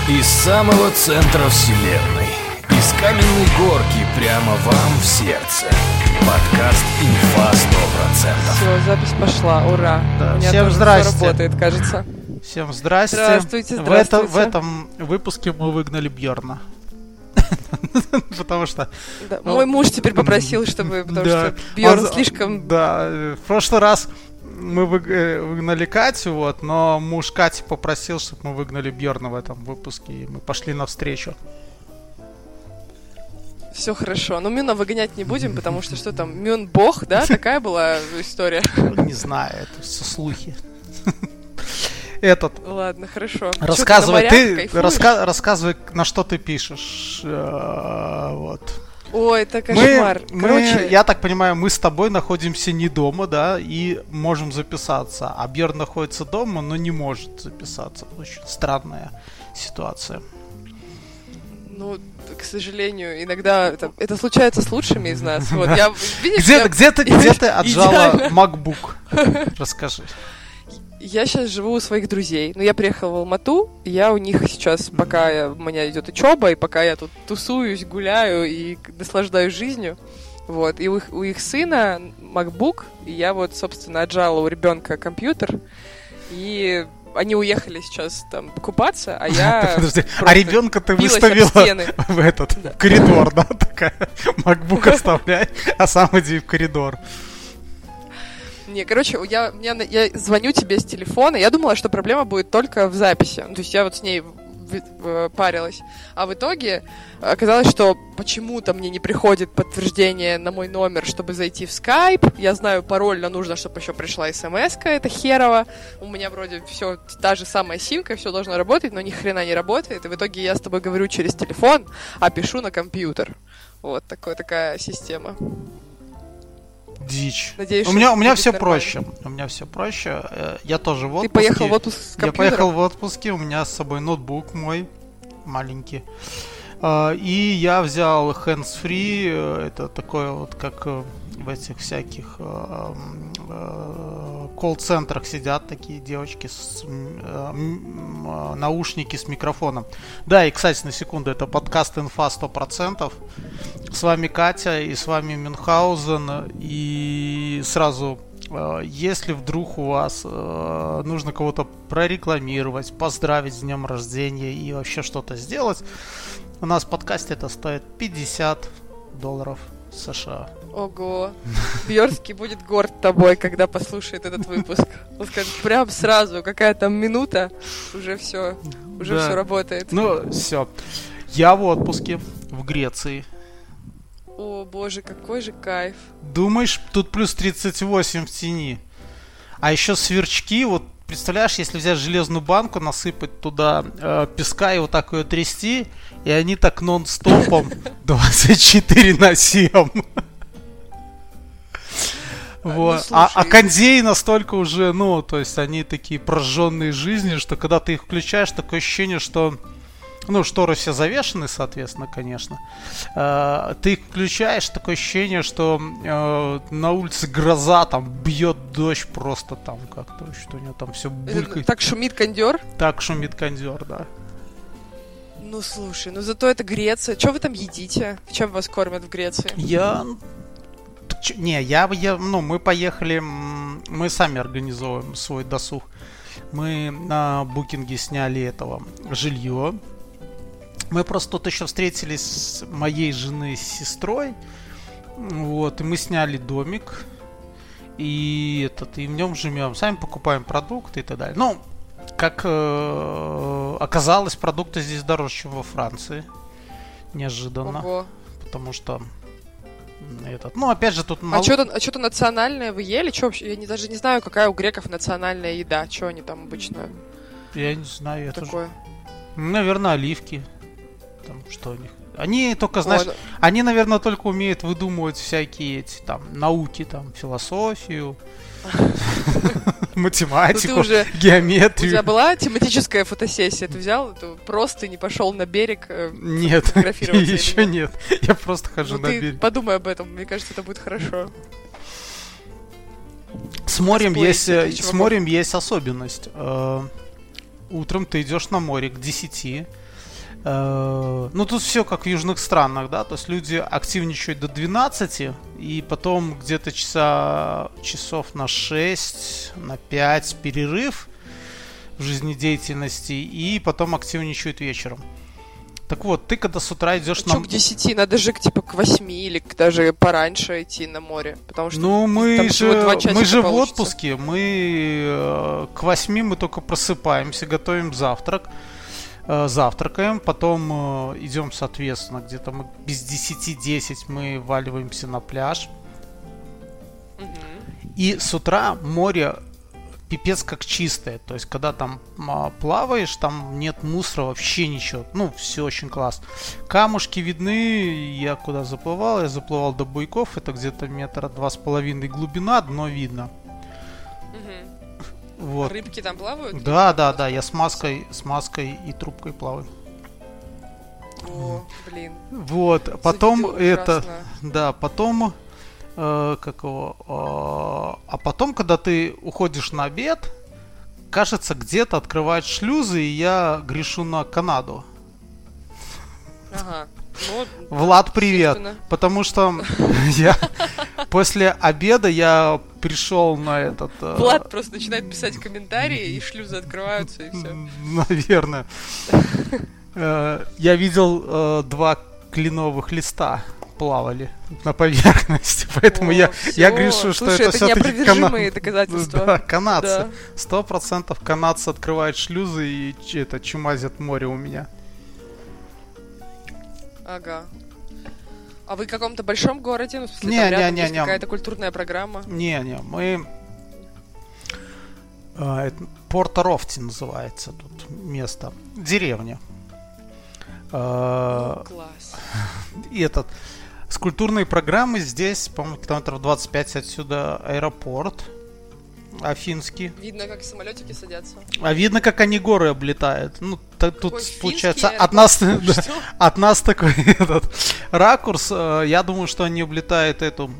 Из самого центра вселенной, из каменной горки прямо вам в сердце. Подкаст «Инфа 100%». Все, запись пошла, ура. Да. У меня Всем тоже здрасте. всё работает, кажется. Всем здрасте. Здравствуйте, В здравствуйте. этом выпуске мы выгнали Бьорна. Потому что... Да, мой муж теперь попросил, чтобы... Потому Да. что Бьорн слишком... Да, в прошлый раз мы выгнали Катю, вот, но муж Кати попросил, чтобы мы выгнали Бьорна в этом выпуске, и мы пошли навстречу. Все хорошо. Но Мюна выгонять не будем, потому что что там, Мюн бог, да? Такая была история. Не знаю, это все слухи. Этот... Ладно, хорошо. Рассказывай, Чё, ты на морях кайфуешь? рассказывай, на что ты пишешь. Вот. Ой, это кошмар. Короче, Я так понимаю, мы с тобой находимся не дома, да, и можем записаться. А Бьерн находится дома, но не может записаться. Очень странная ситуация. ну, к сожалению, иногда это случается с лучшими из нас. Вот, я, видишь, Где ты отжала идеально. MacBook? Расскажи. Я сейчас живу у своих друзей. Ну, я приехала в Алмату, и я у них сейчас, пока у меня идет учеба, и пока я тут тусуюсь, гуляю и наслаждаюсь жизнью. Вот. И у их сына MacBook, и я вот, собственно, отжала у ребенка компьютер, и они уехали сейчас там купаться, а я... Подожди, а ребенка ты выставила в этот коридор, да? Такая, MacBook оставляй, а сам иди в коридор. Не, короче, я звоню тебе с телефона. Я думала, что проблема будет только в записи. То есть я вот с ней парилась. А в итоге оказалось, что почему-то мне не приходит подтверждение на мой номер, чтобы зайти в Skype. Я знаю пароль, но нужно, чтобы еще пришла смс-ка. Это херово. У меня вроде все та же самая симка, все должно работать, но ни хрена не работает. И в итоге я с тобой говорю через телефон, а пишу на компьютер. Вот такая система. Дичь. Надеюсь, у меня будет все нормально. проще. У меня все проще. Я тоже в отпуске. Ты поехал в отпуск с компьютером? Я поехал в отпуске. У меня с собой ноутбук мой маленький. И я взял hands-free. Это такое вот, как в этих всяких колл-центрах сидят такие девочки с наушники с микрофоном. Да, и, кстати, на секунду, это подкаст «Инфа 100%». С вами Катя и с вами Мюнхгаузен. И сразу, если вдруг у вас нужно кого-то прорекламировать, поздравить с днем рождения и вообще что-то сделать, у нас в подкасте это стоит $50 США. Ого. Бьерский будет горд тобой, когда послушает этот выпуск. Он скажет, прям сразу, какая там минута, уже все работает. Ну, все. Я в отпуске в Греции. О, боже, какой же кайф. Думаешь, тут плюс 38 в тени. А еще сверчки, вот представляешь, если взять железную банку, насыпать туда песка и вот так ее трясти, и они так нон-стопом 24/7. Вот. А кондеи настолько уже, то есть они такие прожженные жизнью, что когда ты их включаешь, такое ощущение, что... шторы все завешены, соответственно, конечно. Ты их включаешь, такое ощущение, что на улице гроза, там бьет дождь просто там как-то, что у него там все булькает. Так шумит кондер? Так шумит кондер, да. Ну, слушай, зато это Греция. Что вы там едите? Чем вас кормят в Греции? Мы поехали, мы сами организовываем свой досуг. Мы на букинге сняли жилье. Мы просто тут еще встретились с моей женой с сестрой. Вот, и мы сняли домик. И в нем живем. Сами покупаем продукты и так далее. Как оказалось, продукты здесь дороже, чем во Франции. Неожиданно. Ого. Потому что опять же тут... А что-то национальное вы ели? Что вообще? Я даже не знаю, какая у греков национальная еда. Что они там обычно... Я не знаю, это такое. Наверное, оливки. Там, что у них? Они только, знаешь, они, наверное, только умеют выдумывать всякие науки, философию, математику, геометрию. У тебя была тематическая фотосессия? Ты взял просто и не пошел на берег? Нет, еще нет. Я просто хожу на берег. Подумай об этом, мне кажется, это будет хорошо. С морем есть особенность. Утром ты идешь на море к 10, Ну, тут все как в южных странах, да, то есть люди активничают до 12, и потом где-то часов на 6, на 5 перерыв в жизнедеятельности, и потом активничают вечером. Так вот, ты когда с утра идешь на... к 10? Надо же типа к 8 или даже пораньше идти на море, потому что ну, мы же в отпуске, к 8 мы только просыпаемся, готовим завтрак, завтракаем, потом идем, соответственно, где-то мы без 10-10 мы валиваемся на пляж. И с утра море пипец как чистое. То есть, когда там плаваешь, там нет мусора, вообще ничего. Ну, все очень классно. Камушки видны. Я куда заплывал? Я заплывал до буйков. Это где-то 2,5 метра глубина, дно видно. Вот. Рыбки там плавают? Да. Я с маской и трубкой плаваю. О, блин. Вот. Потом это... ужасно. Да, потом... А потом, когда ты уходишь на обед, кажется, где-то открывают шлюзы, и я грешу на Канаду. Ага. Ну, Влад, привет. Потому что я после обеда я пришел на этот... Влад просто начинает писать комментарии, и шлюзы открываются, и все. Наверное. Я видел 2 кленовых листа плавали на поверхности, поэтому я грешу, что это все-таки неопровержимые доказательства. Да, канадцы. 100% канадцы открывают шлюзы и чумазят море у меня. Ага. А вы в каком-то большом городе? Ну, в смысле, там рядом есть какая-то культурная программа? Не, мы... Порто-Рофти называется тут место. Деревня. Класс. И с культурной программой здесь, по-моему, километров 25 отсюда аэропорт афинский. Видно, как самолетики садятся. А видно, как они горы облетают. Ну, тут получается от нас такой ракурс. Я думаю, что они облетают эту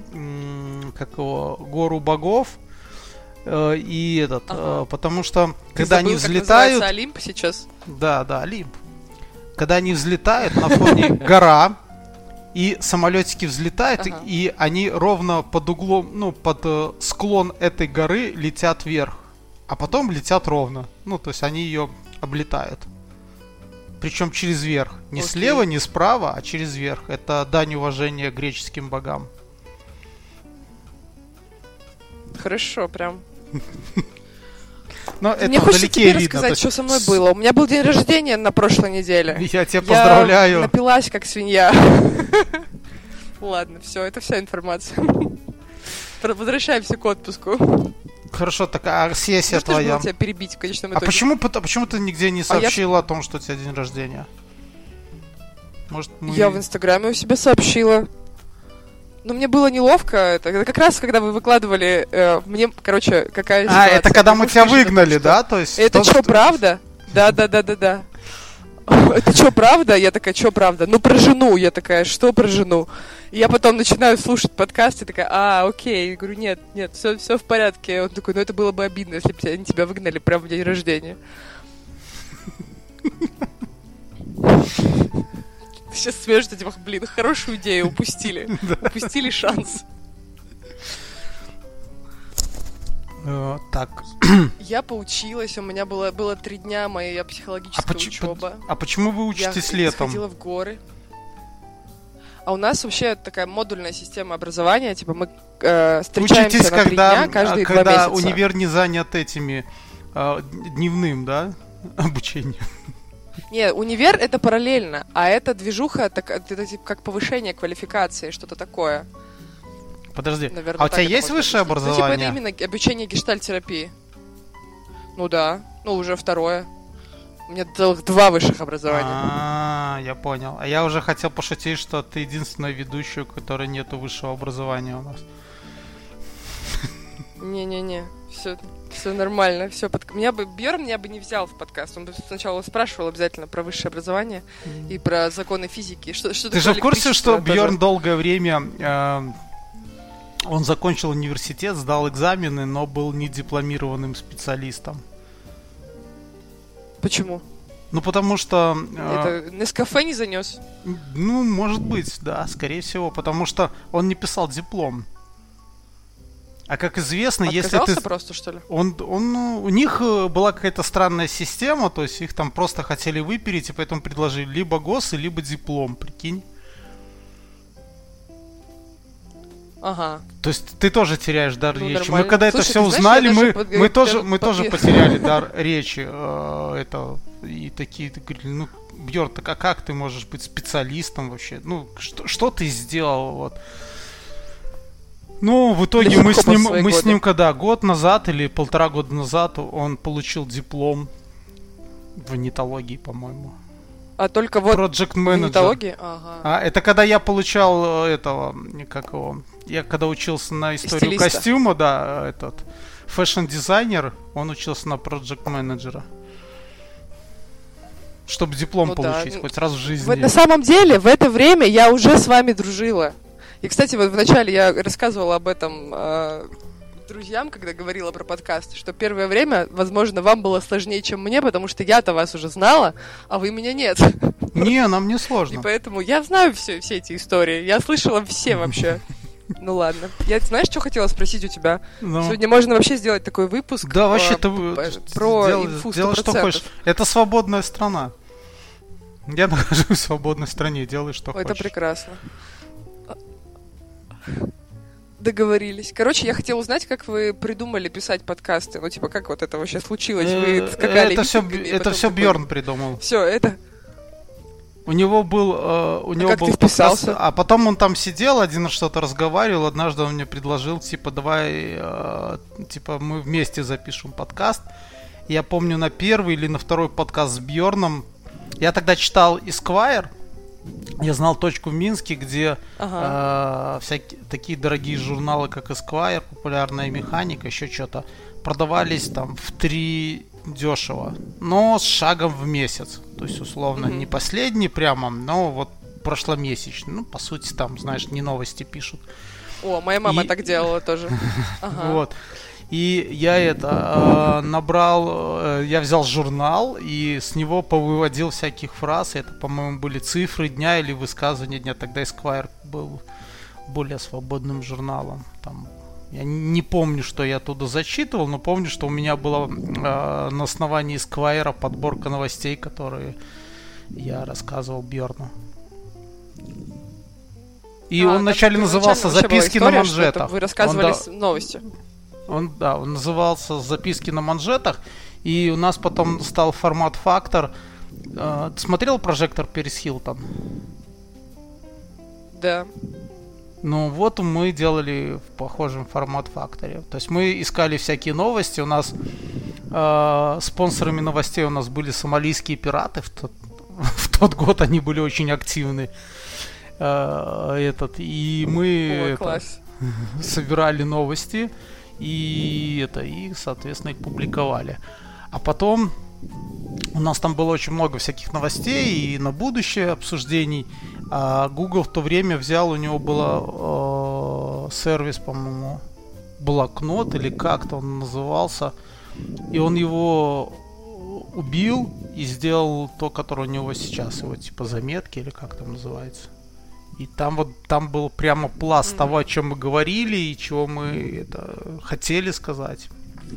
гору богов. И потому что когда они взлетают... Олимп сейчас? Да, Олимп. Когда они взлетают, на фоне гора, и самолетики взлетают, и они ровно под углом, под склон этой горы летят вверх. А потом летят ровно. Ну, то есть они ее облетают. Причем через верх. Не слева, не справа, а через верх. Это дань уважения греческим богам. Хорошо, прям. Но мне хочется тебе рассказать, что со мной было. У меня был день рождения на прошлой неделе. Я тебя поздравляю. Я напилась, как свинья. Ладно, все, это вся информация. Возвращаемся к отпуску. Хорошо, так сессия твоя. Можно тебя перебить в конечном итоге? Почему ты нигде не сообщила о том, что у тебя день рождения? Может, Я в Инстаграме у себя сообщила. Но мне было неловко. Это как раз, когда вы выкладывали... мне, какая ситуация. Это когда мы тебя выгнали, да? То есть это что, правда? Да. Это что, правда? Я такая, что правда? Ну, про жену. Я такая, что про жену? И я потом начинаю слушать подкаст и такая, окей. Я говорю, нет, все в порядке. Он такой, это было бы обидно, если бы они тебя выгнали прямо в день рождения. Сейчас смеешься, типа, хорошую идею упустили. Упустили шанс. Так. Я поучилась, у меня было 3 дня моя психологическая учеба. А почему вы учитесь летом? Я сходила в горы. А у нас вообще такая модульная система образования, типа мы встречаемся на 3 дня каждые 2 месяца. Когда универ не занят этими дневным, да, обучением? Не, универ это параллельно, а это движуха, это как повышение квалификации, что-то такое. Подожди, наверное, у тебя есть высшее образование? Это именно обучение гештальт-терапии. Ну да, уже 2. У меня целых 2 высших образования. Я понял. А я уже хотел пошутить, что ты единственная ведущая, у которой нету высшего образования у нас. Не-не-не, все нормально, все Бьерн меня бы не взял в подкаст. Он бы сначала спрашивал обязательно про высшее образование и про законы физики. Что ты же в курсе, что Бьерн долгое время он закончил университет, сдал экзамены, но был недипломированным специалистом? Почему? Ну, потому что... Это Нескафе не занес? Ну, может быть, да, скорее всего. Потому что он не писал диплом. А как известно, если ты... просто, что ли? У них была какая-то странная система, то есть их там просто хотели выпереть, и поэтому предложили либо ГОСы, либо диплом, прикинь. Ага. То есть ты тоже теряешь дар речи. Нормально. Мы когда это все узнали, мы тоже потеряли дар речи. Это и такие говорили, ну, Бьерн, так а как ты можешь быть специалистом вообще? Ну, что ты сделал? Вот. Ну, в итоге мы с ним когда год назад или 1,5 года назад он получил диплом в нетологии, по-моему. А только вот Project Manager. в нетологии? Ага. А это когда я получал этого, как его, я когда учился на историю стилиста. Костюма, да, этот фэшн-дизайнер, он учился на Project Manager. Чтобы диплом получить, да, хоть раз в жизни. На самом деле, в это время я уже с вами дружила. И, кстати, вот вначале я рассказывала об этом друзьям, когда говорила про подкаст, что первое время, возможно, вам было сложнее, чем мне, потому что я-то вас уже знала, а вы меня нет. Не, нам не сложно. И поэтому я знаю все эти истории. Я слышала все вообще. Ну ладно. Я, знаешь, что хотела спросить у тебя? Сегодня можно вообще сделать такой выпуск. Да, вообще ты про инфу 100%. Делай, что хочешь. Это свободная страна. Я нахожусь в свободной стране, делай, что хочешь. Это прекрасно. Договорились. Короче, я хотела узнать, как вы придумали писать подкасты. Ну, типа, как вот это вообще случилось? Вы скакали. Это все Бьерн придумал. Все, это... У него был как ты вписался? А потом он там сидел, один раз что-то разговаривал. Однажды он мне предложил, типа, давай, типа, мы вместе запишем подкаст. Я помню, на первый или на второй подкаст с Бьерном. Я тогда читал Esquire. Я знал точку в Минске, где всякие такие дорогие журналы, как Esquire, популярная механика, еще что-то, продавались там в 3 дешево, но с шагом в месяц. То есть, условно, не последний прямо, но вот прошломесячный. Ну, по сути, там, знаешь, не новости пишут. О, моя мама так делала тоже. Вот. И я набрал, я взял журнал и с него повыводил всяких фраз. Это, по-моему, были цифры дня или высказывания дня. Тогда Esquire был более свободным журналом. Там, я не помню, что я оттуда зачитывал, но помню, что у меня была на основании Esquire подборка новостей, которые я рассказывал Бьерну. И он вначале назывался «Записки на манжетах». Вы рассказывали новости. Он назывался «Записки на манжетах», и у нас потом стал формат «Фактор». Смотрел «Прожектор Пэрис Хилтон»? Да. Ну вот мы делали в похожем формат «Факторе». То есть мы искали всякие новости. У нас спонсорами новостей у нас были сомалийские пираты. В тот год они были очень активны. И мы собирали новости. И соответственно, их публиковали. А потом у нас там было очень много всяких новостей и на будущее обсуждений. А Google в то время взял, у него был сервис, по-моему, блокнот или как-то он назывался. И он его убил и сделал то, которое у него сейчас. Его типа заметки или как там называется. И там был прямо пласт того, о чем мы говорили и чего мы хотели сказать.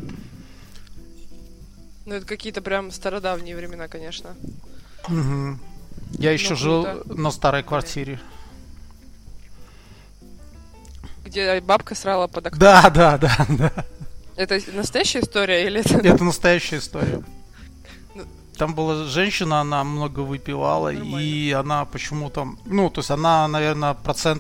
Ну, это какие-то прям стародавние времена, конечно. Угу. Я еще жил на старой квартире. Где бабка срала под окном? Да. Это настоящая история или это... Это настоящая история. Там была женщина, она много выпивала, и она почему-то... Ну, то есть она, наверное,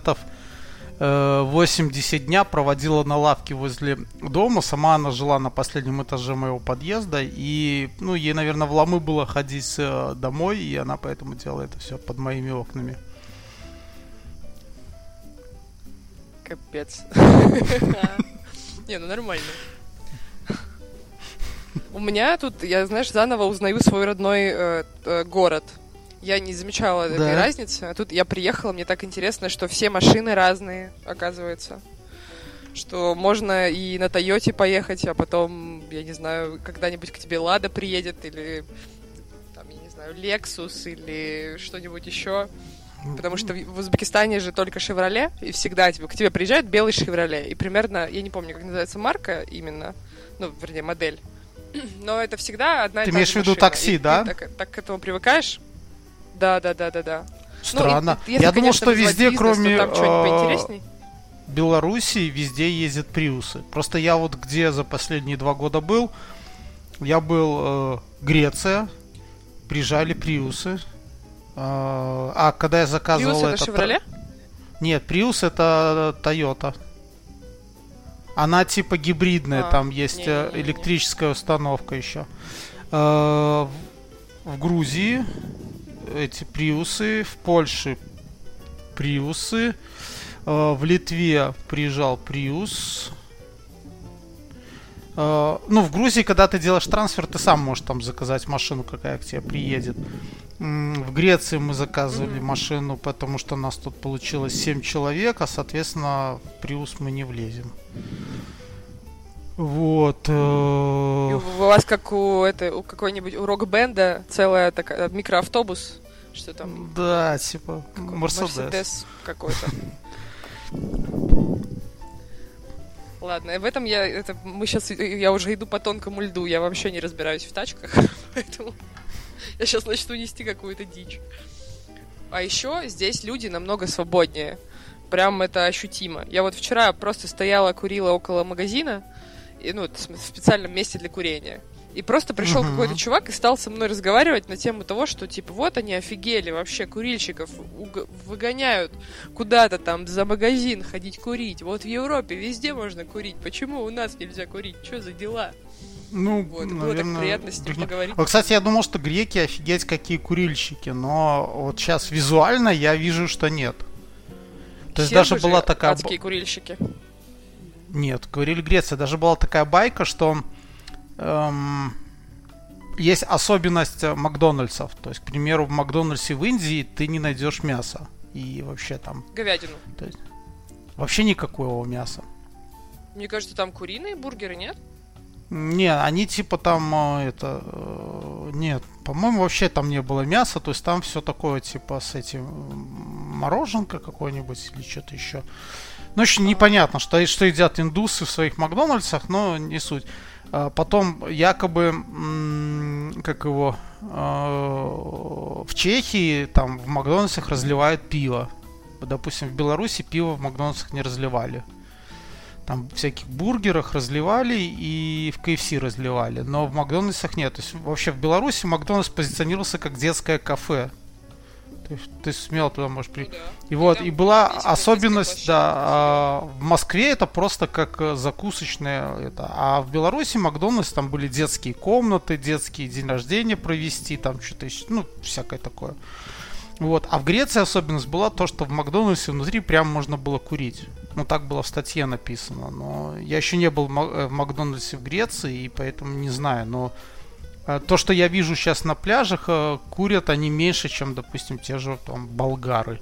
80% дня проводила на лавке возле дома. Сама она жила на последнем этаже моего подъезда. И, ну, ей, наверное, в ломы было ходить домой, и она поэтому делала это все под моими окнами. Капец. Не, ну нормально. У меня тут, я, знаешь, заново узнаю свой родной город. Я не замечала этой разницы. А тут я приехала, мне так интересно, что все машины разные, оказывается. Что можно и на Тойоте поехать, а потом, я не знаю, когда-нибудь к тебе Лада приедет или там, я не знаю, Lexus или что-нибудь еще. Потому что в Узбекистане же только «Шевроле», и всегда к тебе приезжает белый «Шевроле». И примерно, я не помню, как называется марка именно, ну, вернее, модель. Но это всегда одна и та же машина. Ты имеешь в виду такси, да? Ты так к этому привыкаешь. Да. Странно. Ну, если, я думал, что везде, бизнес, кроме там что-нибудь поинтересней. Белоруссии, везде ездят приусы. Просто я вот где за последние 2 года был, я был Греция, приезжали приусы. А когда я заказывал Prius это «Шевроле»? Нет, Prius это Toyota. Она типа гибридная, там есть электрическая установка еще. В Грузии эти Приусы, в Польше Приусы, в Литве приезжал Приус. Ну, в Грузии, когда ты делаешь трансфер, ты сам можешь там заказать машину, какая к тебе приедет. В Греции мы заказывали машину, потому что у нас тут получилось 7 человек, а, соответственно, в Приус мы не влезем. Вот. И у вас, как у какой-нибудь у рок-бенда, целая такая микроавтобус, что там? Да, типа Мерседес какой-то. Ладно, в этом я уже иду по тонкому льду, я вообще не разбираюсь в тачках, поэтому я сейчас начну нести какую-то дичь. А еще здесь люди намного свободнее. Прям это ощутимо. Я вот вчера просто стояла, курила около магазина, в специальном месте для курения. И просто пришел какой-то чувак и стал со мной разговаривать на тему того, что, типа, вот они офигели, вообще курильщиков выгоняют куда-то там за магазин ходить курить. Вот в Европе везде можно курить. Почему у нас нельзя курить? Что за дела? Ну, вот, было так приятно с ним поговорить. Вот, кстати, я думал, что греки офигеть какие курильщики, но вот сейчас визуально я вижу, что нет. То есть даже была такая... адские курильщики. Нет, говорили Греция. Даже была такая байка, что есть особенность Макдональдсов. То есть, к примеру, в Макдональдсе в Индии ты не найдешь мяса. И вообще там... Говядину. То есть, вообще никакого мяса. Мне кажется, там куриные бургеры, нет? Не, они типа там нет, по-моему, вообще там не было мяса. То есть там все такое типа с этим мороженка какой-нибудь или что-то еще. Ну, очень непонятно, что едят индусы в своих Макдональдсах, но не суть. Потом якобы, в Чехии там в Макдональдсах разливают пиво. Допустим, в Беларуси пиво в Макдональдсах не разливали. Там в всяких бургерах разливали и в KFC разливали, но в Макдональдсах нет. То есть вообще в Беларуси Макдональдс позиционировался как детское кафе. Ты смело туда можешь прийти. И вот, и была особенность, да, в Москве это просто как закусочная, а в Беларуси Макдональдс там были детские комнаты, детские день рождения провести, там что-то еще, всякое такое. Вот, а в Греции особенность была то, что в Макдональдсе внутри прям можно было курить. Так было в статье написано, но я еще не был в Макдональдсе в Греции, и поэтому не знаю, но то, что я вижу сейчас на пляжах, курят они меньше, чем, допустим, те же там болгары.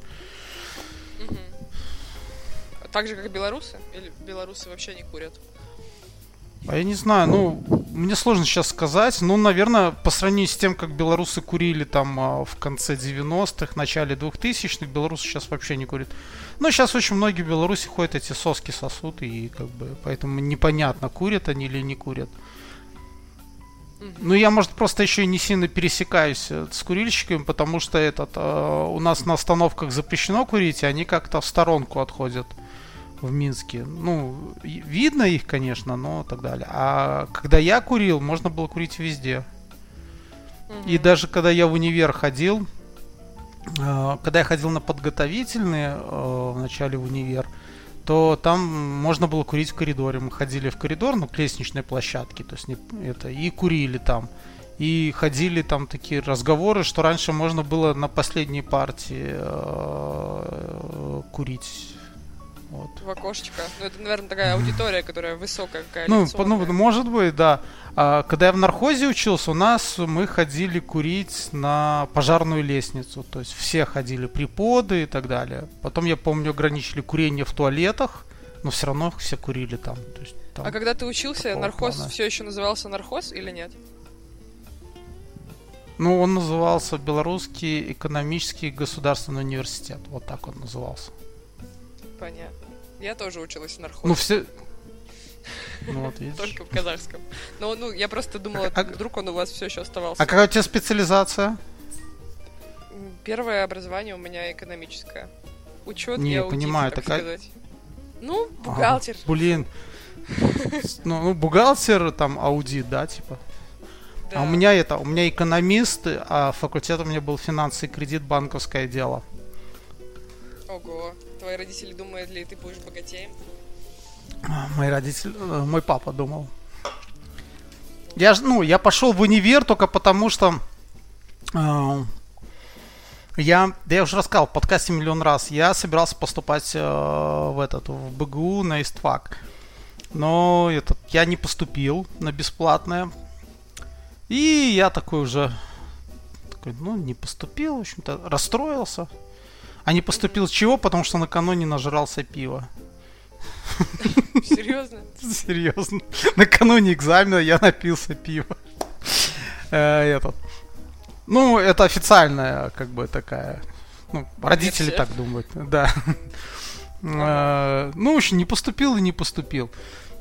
Так же, как белорусы? Или белорусы вообще не курят? А я не знаю, мне сложно сейчас сказать. Наверное, по сравнению с тем, как белорусы курили там в конце 90-х, начале 2000-х, белорусы сейчас вообще не курят. Но сейчас очень многие в Беларуси ходят, эти соски сосут, и поэтому непонятно, курят они или не курят. Я, может, просто еще и не сильно пересекаюсь с курильщиками, потому что у нас на остановках запрещено курить, и они как-то в сторонку отходят в Минске. Видно их, конечно, но так далее. А когда я курил, можно было курить везде. И даже когда я в универ ходил, когда я ходил на подготовительные в начале в универ, то там можно было курить в коридоре. Мы ходили в коридор, к лестничной площадке, то есть и курили там. И ходили там такие разговоры, что раньше можно было на последней партии курить. Вот. В окошечко. Это, наверное, такая аудитория, которая высокая, какая может быть, да. Когда я в нархозе учился, мы ходили курить на пожарную лестницу. То есть все ходили, преподы и так далее. Потом, я помню, ограничили курение в туалетах, но все равно все курили там. То есть, там когда ты учился, нархоз все еще назывался нархоз или нет? Ну, он назывался Белорусский экономический государственный университет. Вот так он назывался. Понятно. Я тоже училась в нархозе. Ну, все... Ну, вот, видишь. Только в казахском. Но, я просто думала, вдруг он у вас все еще оставался. А какая у тебя специализация? Первое образование у меня экономическое. Учет Не, и аудит, понимаю, так такая... сказать. Ну, бухгалтер. Блин. Ну, бухгалтер, там, аудит, да, типа? Да. А у меня экономист, а факультет у меня был финансы и кредит, банковское дело. Ого. Твои родители думают ли ты будешь богатеем? Мой папа думал. Я пошел в универ только потому, что я уже рассказал в подкасте миллион раз, я собирался поступать в БГУ на ИСТФАК. Но я не поступил на бесплатное. И я такой, не поступил, в общем-то, расстроился. А не поступил с чего? Потому что накануне нажрался пива. Серьезно? Серьезно. Накануне экзамена я напился пива. Это официальная, как бы, такая... родители так думают, да. В общем, не поступил и не поступил.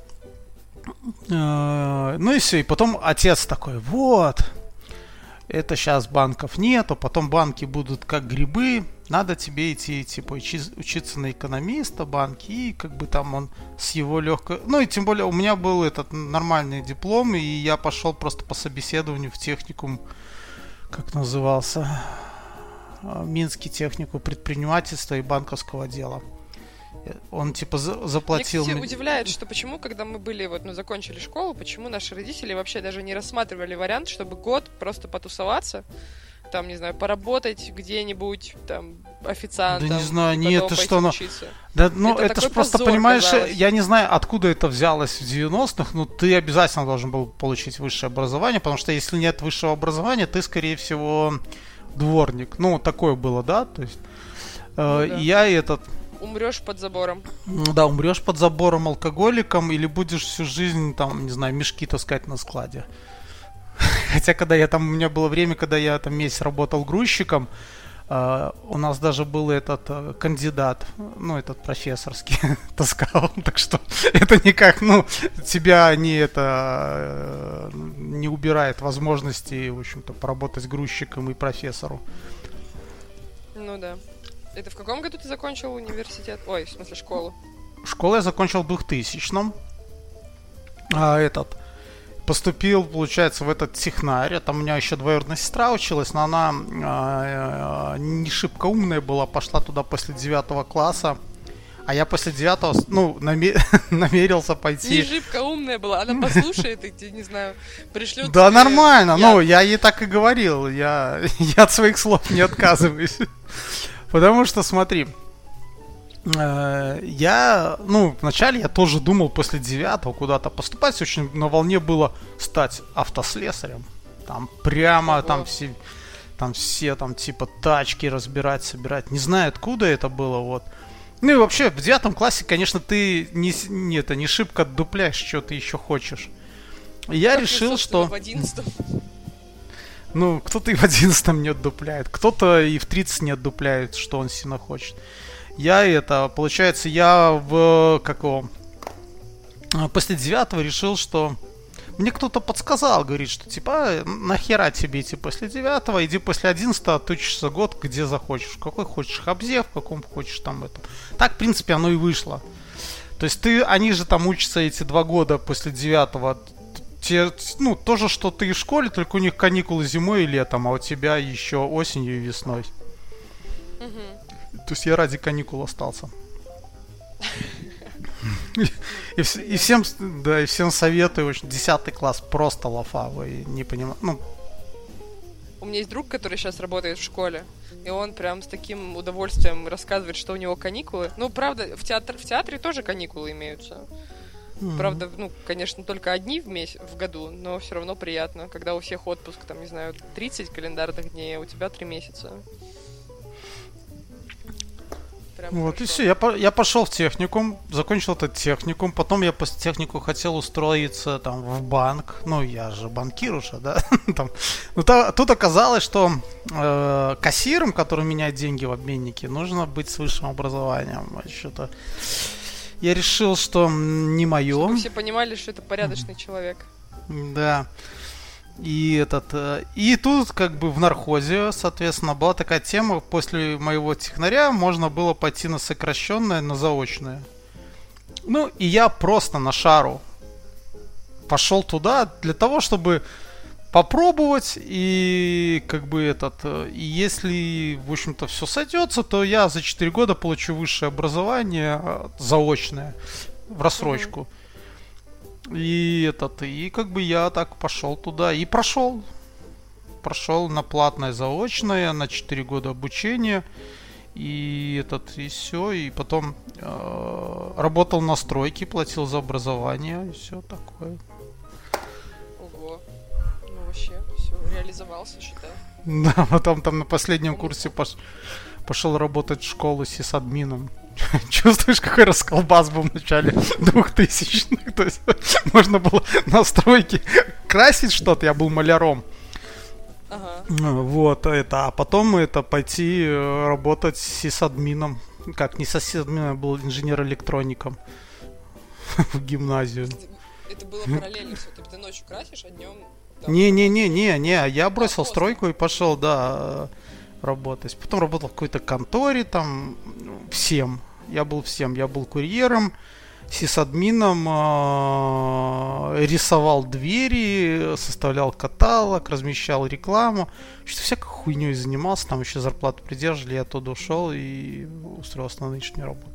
Ну и все, и потом отец такой, это сейчас банков нету, потом банки будут как грибы, надо тебе идти, типа, учиться на экономиста банки, и как бы там он с его легкой... Ну и тем более у меня был этот нормальный диплом, и я пошел просто по собеседованию в техникум, как назывался, Минский техникум предпринимательства и банковского дела. Он типа заплатил... Меня, кстати, удивляет, что почему, когда мы были, закончили школу, почему наши родители вообще даже не рассматривали вариант, чтобы год просто потусоваться, там, не знаю, поработать где-нибудь, там, официантом. Да не знаю, нет, это что, это ж просто, позор, понимаешь, казалось. Я не знаю, откуда это взялось в 90-х, но ты обязательно должен был получить высшее образование, потому что если нет высшего образования, ты, скорее всего, дворник. Такое было, да, то есть, да. Умрешь под забором. Да, умрешь под забором алкоголиком или будешь всю жизнь, там, не знаю, мешки таскать на складе. Хотя, у меня было время, когда я там месяц работал грузчиком, у нас даже был этот кандидат, этот профессорский таскал, так что это никак, тебя не убирает возможности, в общем-то, поработать грузчиком и профессору. Ну да. Это в каком году ты закончил университет? Ой, в смысле, школу? Школу я закончил в 2000-м. Поступил, получается, в этот технарь. Там у меня еще двоюродная сестра училась, но она не шибко умная была, пошла туда после 9 класса. А я после 9-го, намерился пойти... Не шибко умная была, она послушает и, не знаю, пришлет... Да нормально, я ей так и говорил, я от своих слов не отказываюсь. Потому что, смотри, вначале я тоже думал после 9-го куда-то поступать, очень на волне было стать автослесарем. Там прямо, там все типа тачки разбирать, собирать. Не знаю, откуда это было, Ну и вообще, в 9 классе, конечно, ты не шибко отдупляешь, что ты еще хочешь. Я решил, что... в 11-м. Кто-то и в 11-м не отдупляет, кто-то и в 30 не отдупляет, что он сильно хочет. Получается, после 9-го решил, что... Мне кто-то подсказал, говорит, что, типа, нахера тебе идти после 9-го, иди после 11-го, отучишься год, где захочешь. В какой хочешь хабзе, в каком хочешь там это. Так, в принципе, оно и вышло. То есть они же там учатся эти 2 года после 9-го. То же, что ты и в школе, только у них каникулы зимой и летом, а у тебя еще осенью и весной. То есть я ради каникул остался. И всем советую, 10 класс просто лафа, вы не понимаете. У меня есть друг, который сейчас работает в школе, и он прям с таким удовольствием рассказывает, что у него каникулы. Правда, в театре тоже каникулы имеются. Правда, конечно, только одни в году, но все равно приятно, когда у всех отпуск, 30 календарных дней, а у тебя 3 месяца. Прям Вот хорошо. и все. Я пошел в техникум, закончил этот техникум, потом я после технику хотел устроиться там в банк. Ну, я же банкир уже, да? Там. Ну, тут оказалось, что кассиром, который меняет деньги в обменнике, нужно быть с высшим образованием. Что-то я решил, что не мое. Чтобы все понимали, что это порядочный человек. Да. И тут как бы в нархозе, соответственно, была такая тема, после моего технаря можно было пойти на сокращенное, на заочное. Ну, и я просто на шару пошел туда для того, чтобы попробовать, и как бы и если, в общем-то, все сойдется, то я за 4 года получу высшее образование заочное в рассрочку. И как бы я так пошел туда и прошел на платное заочное, на 4 года обучения, и все, и потом работал на стройке, платил за образование, и все такое. Ого, ну вообще, все, реализовался, считай. Да, потом там на последнем курсе пошел работать в школу сисадмином. Чувствуешь, какой расколбас был в начале 2000-х? То есть можно было на стройке красить что-то, я был маляром. Ага. Вот, а потом пойти работать сисадмином. Как, не сисадмином, я был инженер-электроником в гимназию. Это было параллельно все, ты ночью красишь, а днем... Не, я бросил стройку и пошел, да, работать. Потом работал в какой-то конторе, там, всем. Я был курьером, сисадмином, рисовал двери, составлял каталог, размещал рекламу. Что-то всякой хуйней занимался, там еще зарплату придерживали, я оттуда ушел и устроился на нынешнюю работу.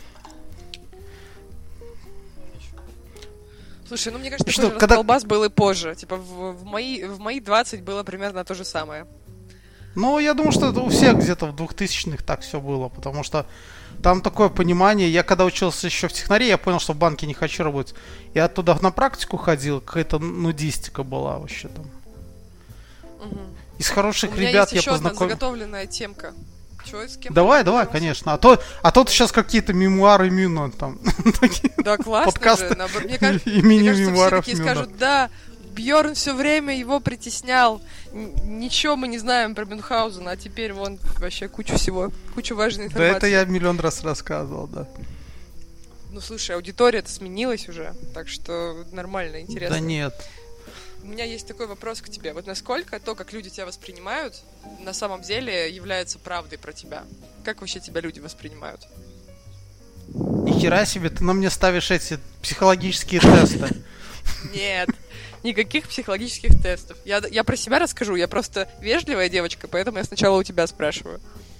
Слушай, ну мне кажется, такой же расколбас был и позже. Типа в мои 20 было примерно то же самое. Ну, я думаю, что это у всех где-то в 2000-х так все было, потому что там такое понимание. Я когда учился еще в технаре, я понял, что в банке не хочу работать. Я оттуда на практику ходил, какая-то нудистика была вообще там. Угу. Из хороших у меня ребят есть я познакомился. Одна заготовленная темка. Чего, с кем? Давай, конечно. А то сейчас какие-то мемуары Мюна там. Да, классно подкасты же. Мне кажется, мемуаров все такие скажут, да, Бьорн все время его притеснял. Ничего мы не знаем про Мюнхгаузена, а теперь вон вообще кучу всего, кучу важной информации. Да, это я миллион раз рассказывал, да. Ну, слушай, аудитория-то сменилась уже, так что нормально, интересно. Да нет. У меня есть такой вопрос к тебе. Вот насколько то, как люди тебя воспринимают, на самом деле является правдой про тебя? Как вообще тебя люди воспринимают? Нихера себе, ты на мне ставишь эти психологические тесты. Нет, никаких психологических тестов. Я про себя расскажу, я просто вежливая девочка, поэтому я сначала у тебя спрашиваю.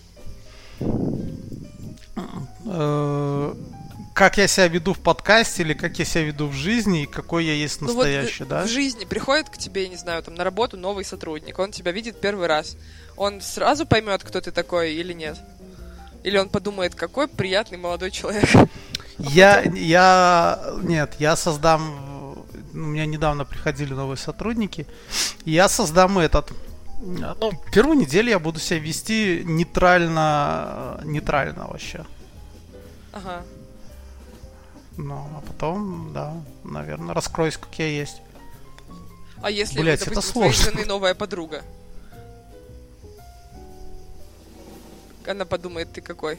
Как я себя веду в подкасте, или как я себя веду в жизни, и какой я есть настоящий, да? В жизни приходит к тебе, не знаю, там на работу новый сотрудник, он тебя видит первый раз. Он сразу поймет, кто ты такой или нет? Или он подумает, какой приятный молодой человек? Нет, я создам... У меня недавно приходили новые сотрудники, и я создам первую неделю я буду себя вести нейтрально вообще. Ага. Ну, а потом, да, наверное, раскроюсь, как я есть. А если, Блять, допустим, это у твоей сложно. жены новая подруга? Она подумает, ты какой?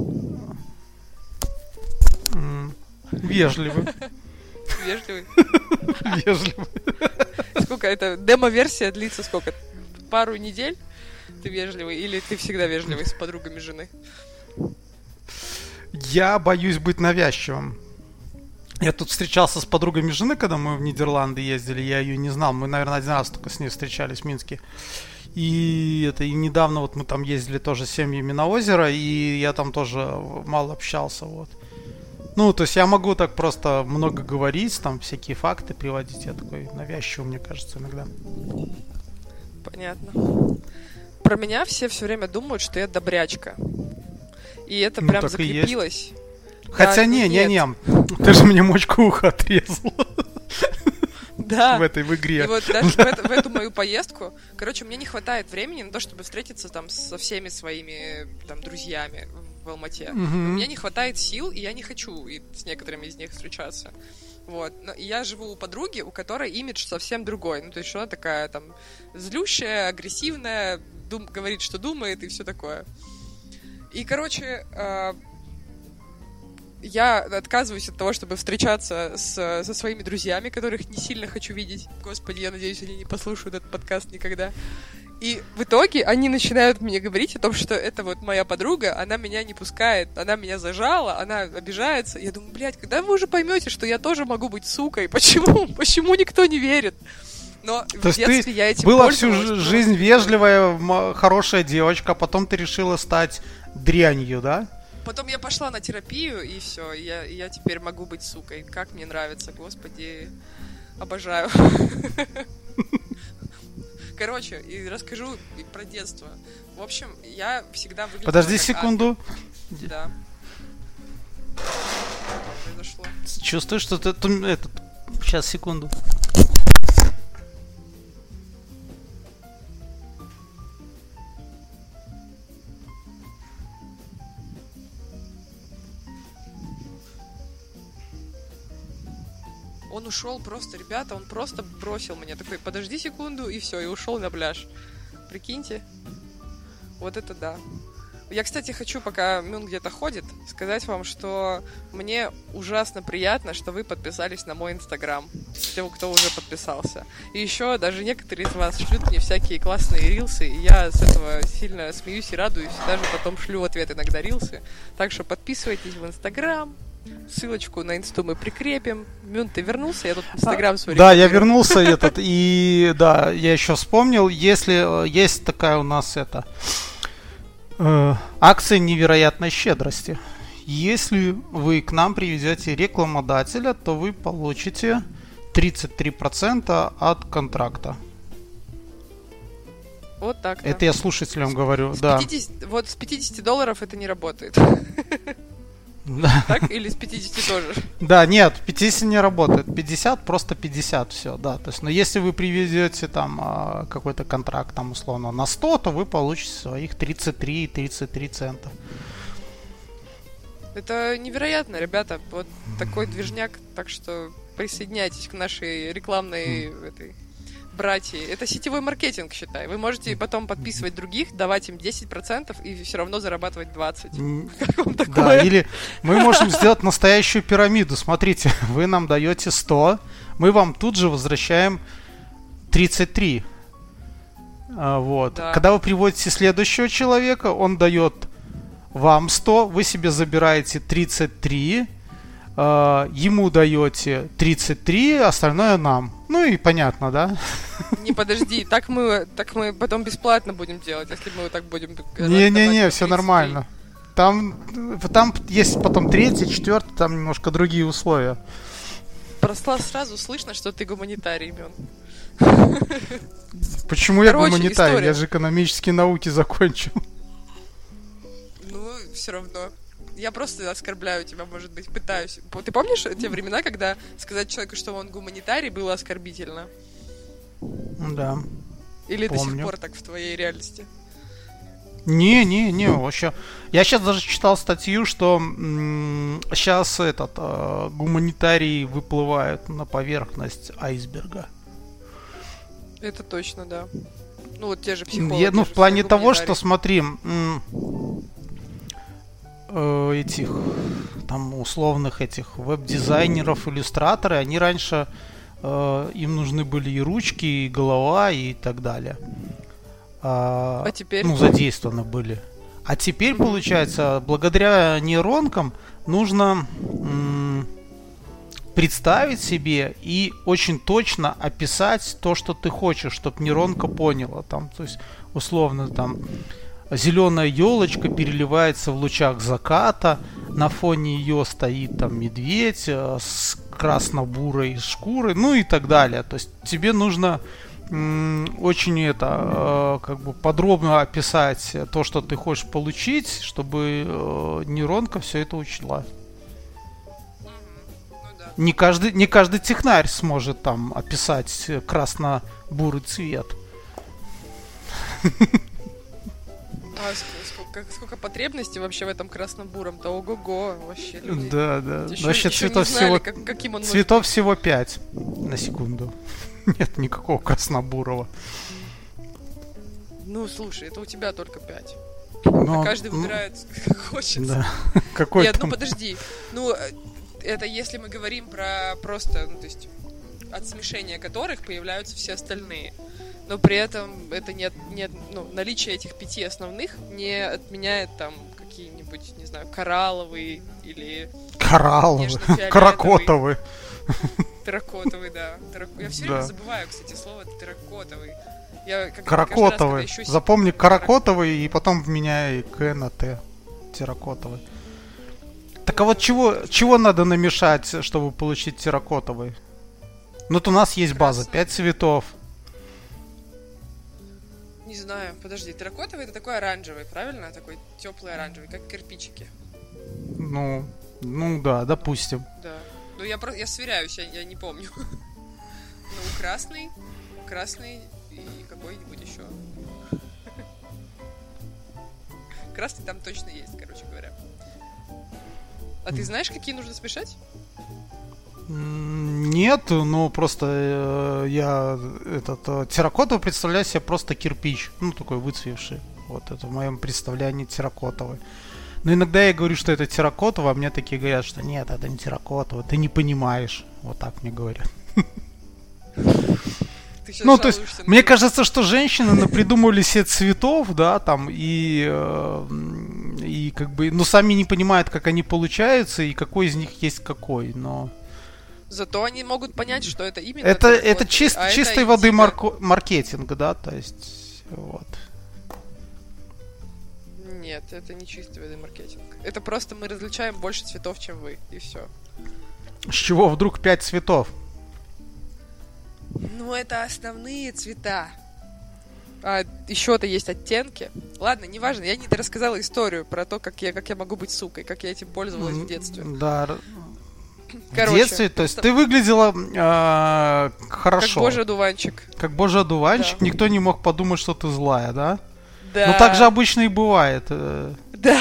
Вежливый. Вежливый? Вежливый. Сколько это? Демо-версия длится сколько? Пару недель? Ты вежливый? Или ты всегда вежливый с подругами жены? Я боюсь быть навязчивым. Я тут встречался с подругами жены, когда мы в Нидерланды ездили. Я ее не знал. Мы, наверное, один раз только с ней встречались в Минске. И недавно вот мы там ездили тоже с семьями на озеро, и я там тоже мало общался, вот. Ну, то есть я могу так просто много говорить, там всякие факты приводить. Я такой навязчивый, мне кажется, иногда. Понятно. Про меня все время думают, что я добрячка. И это прям закрепилось. Хотя да, не, ты же мне мочку уха отрезал. Да. В игре. И вот даже в эту мою поездку, короче, мне не хватает времени на то, чтобы встретиться там со всеми своими там друзьями в Алмате. Мгм. У меня не хватает сил, и я не хочу с некоторыми из них встречаться. Вот. И я живу у подруги, у которой имидж совсем другой. Ну, то есть, что она такая, там, злющая, агрессивная, говорит, что думает, и все такое. И, короче, я отказываюсь от того, чтобы встречаться со своими друзьями, которых не сильно хочу видеть. Господи, я надеюсь, они не послушают этот подкаст никогда. И в итоге они начинают мне говорить о том, что это вот моя подруга, она меня не пускает, она меня зажала, она обижается. Я думаю, блядь, когда вы уже поймете, что я тоже могу быть сукой? Почему? Почему никто не верит? Но То в детстве есть я этим ты была пользовалась. всю жизнь вежливая, хорошая девочка, а потом ты решила стать дрянью, да? Потом я пошла на терапию, и все, я теперь могу быть сукой. Как мне нравится, господи, обожаю. Короче, и расскажу про детство. В общем, я всегда выглядела Подожди как секунду. ангел. Да. Что произошло? Чувствую, что ты этот. Сейчас, секунду. Он ушел просто, ребята, он просто бросил меня. Такой, подожди секунду, и все, и ушел на пляж. Прикиньте. Вот это да. Я, кстати, хочу, пока Мюн где-то ходит, сказать вам, что мне ужасно приятно, что вы подписались на мой Инстаграм. Те, кто уже подписался. И еще даже некоторые из вас шлют мне всякие классные рилсы, и я с этого сильно смеюсь и радуюсь. Даже потом шлю в ответ иногда рилсы. Так что подписывайтесь в Инстаграм. Ссылочку на инсту мы прикрепим. Мюн, ты вернулся? Я тут Инстаграм свой Да, я вернулся и да, я еще вспомнил, если есть такая у нас акция невероятной щедрости. Если вы к нам привезете рекламодателя, то вы получите 33% от контракта. Вот так. Это я слушателям говорю, да. Вот с $50 это не работает. Да. Так? Или с 50 тоже? Да, нет, 50 не работает. 50, просто 50, все, да. То есть, но если вы привезете там какой-то контракт, там, условно, на 100, то вы получите своих 33 цента. Это невероятно, ребята. Вот такой движняк. Так что присоединяйтесь к нашей рекламной братьи. Это сетевой маркетинг, считай. Вы можете потом подписывать других, давать им 10% и все равно зарабатывать 20%. Как вам такое? Да, или мы можем сделать настоящую пирамиду. Смотрите, вы нам даете 100, мы вам тут же возвращаем 33. Вот. Да. Когда вы приводите следующего человека, он дает вам 100, вы себе забираете 33, ему даете 33, остальное нам. Ну и понятно, да? Не, подожди, так мы потом бесплатно будем делать, если мы так будем... Не-не-не, все нормально. Там есть потом третий, четвертый, там немножко другие условия. Просто сразу слышно, что ты гуманитарий, Мён. Почему я гуманитарий? Я же экономические науки закончил. Ну, все равно. Я просто оскорбляю тебя, может быть, пытаюсь. Ты помнишь те времена, когда сказать человеку, что он гуманитарий, было оскорбительно? Да. Или помню. до сих пор так в твоей реальности? Не, вообще. Я сейчас даже читал статью, что сейчас гуманитарии выплывают на поверхность айсберга. Это точно, да. Ну, вот те же психологи. В плане того, что, смотри, этих там условных этих веб-дизайнеров, иллюстраторы, они раньше им нужны были и ручки, и голова, и так далее. А теперь? Ну, задействованы были. А теперь, получается, благодаря нейронкам нужно представить себе и очень точно описать то, что ты хочешь, чтобы нейронка поняла. Там, то есть, условно, там зеленая елочка переливается в лучах заката, на фоне ее стоит там медведь с красно-бурой шкурой, ну и так далее. То есть тебе нужно очень как бы подробно описать то, что ты хочешь получить, чтобы нейронка все это учла. Не каждый технарь сможет там описать красно-бурый цвет. А сколько потребностей вообще в этом красно-буром-то? Ого-го, вообще люди. Да. Вообще Еще цветов не знали, всего... каким он Цветов всего 5 на секунду. Нет никакого красно-бурого. Ну, слушай, это у тебя только 5. Но... Каждый выбирает, как хочет. Да. Какой Нет, там... ну подожди. Ну, это если мы говорим про просто, ну, то есть от смешения которых появляются все остальные. Но при этом это ну, наличие этих 5 основных не отменяет там какие-нибудь, не знаю, коралловые или... Коралловые, каракотовые. Терракотовый, да. Я все время забываю, кстати, слово терракотовый. Каракотовый. Запомни каракотовый и потом меняй К на Т. Терракотовый. Так а вот чего надо намешать, чтобы получить терракотовый? Ну, вот у нас есть база, 5 цветов. Не знаю, подожди, терракотовый это такой оранжевый, правильно? Такой теплый оранжевый, как кирпичики. Ну да, допустим. Да. Ну я сверяюсь, я не помню. Ну, красный и какой-нибудь еще. Красный там точно есть, короче говоря. А ты знаешь, какие нужно смешать? Нет, ну просто я терракотовый представляю себе просто кирпич, ну такой выцвевший. Вот это в моем представлении терракотовый. Но иногда я говорю, что это терракотовый, а мне такие говорят, что нет, это не терракотовый, ты не понимаешь. Вот так мне говорят. Ну, то есть, мне кажется, что женщины напридумывали себе цветов, да, там, и как бы, ну, сами не понимают, как они получаются, и какой из них есть какой, но... Зато они могут понять, что это именно... Это чистой воды маркетинг, да, то есть, вот. Нет, это не чистой воды маркетинг. Это просто мы различаем больше цветов, чем вы, и все. С чего вдруг 5 цветов? Ну, это основные цвета. А еще-то есть оттенки. Ладно, неважно, я не рассказала историю про то, как я могу быть сукой, как я этим пользовалась в детстве. Да. Короче, в детстве, то есть ты выглядела хорошо. Как божий одуванчик. Как божий одуванчик, да. Никто не мог подумать, что ты злая, да? Да. Ну так же обычно и бывает. Да.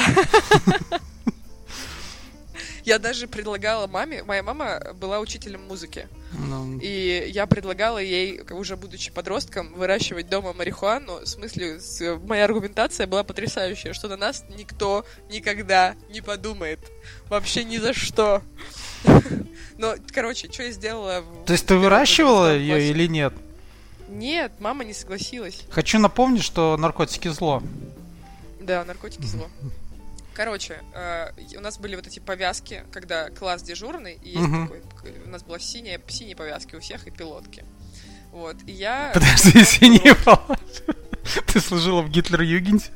Я даже предлагала маме, моя мама была учителем музыки, и я предлагала ей, уже будучи подростком, выращивать дома марихуану. В смысле, моя аргументация была потрясающая, что на нас никто никогда не подумает. Вообще ни за что. Но, короче, что я сделала... То есть ты выращивала ее или нет? Нет, мама не согласилась. Хочу напомнить, что наркотики зло. Да, наркотики зло. Короче, у нас были вот эти повязки, когда класс дежурный, и есть такой, у нас была синие повязки у всех и пилотки. Вот, и я... Подожди, синие повязки? Ты служила в Гитлер-Югенде?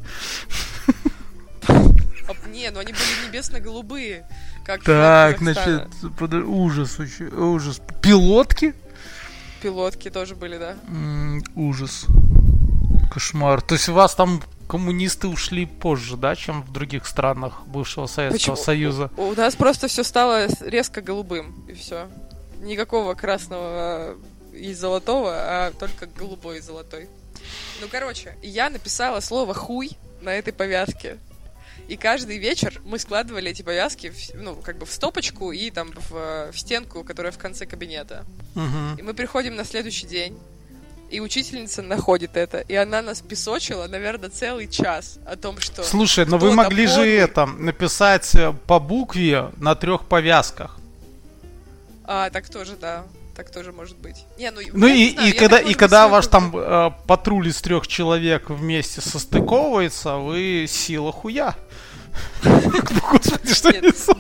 Не, ну они были небесно-голубые, как так, значит, ужас. Пилотки? Пилотки тоже были, да. Ужас. Кошмар. То есть у вас там коммунисты ушли позже, да, чем в других странах бывшего Советского Союза? У нас просто все стало резко голубым, и все. Никакого красного и золотого, а только голубой и золотой. Ну, короче, я написала слово «хуй» на этой повязке. И каждый вечер мы складывали эти повязки в стопочку и там в стенку, которая в конце кабинета. И мы приходим на следующий день, и учительница находит это, и она нас песочила, наверное, целый час о том, что... Слушай, но вы могли же написать по букве на 3 повязках. А, так тоже, да. Так тоже может быть. Когда ваш там патруль из 3 человек вместе состыковывается, вы сила хуя. Господи, что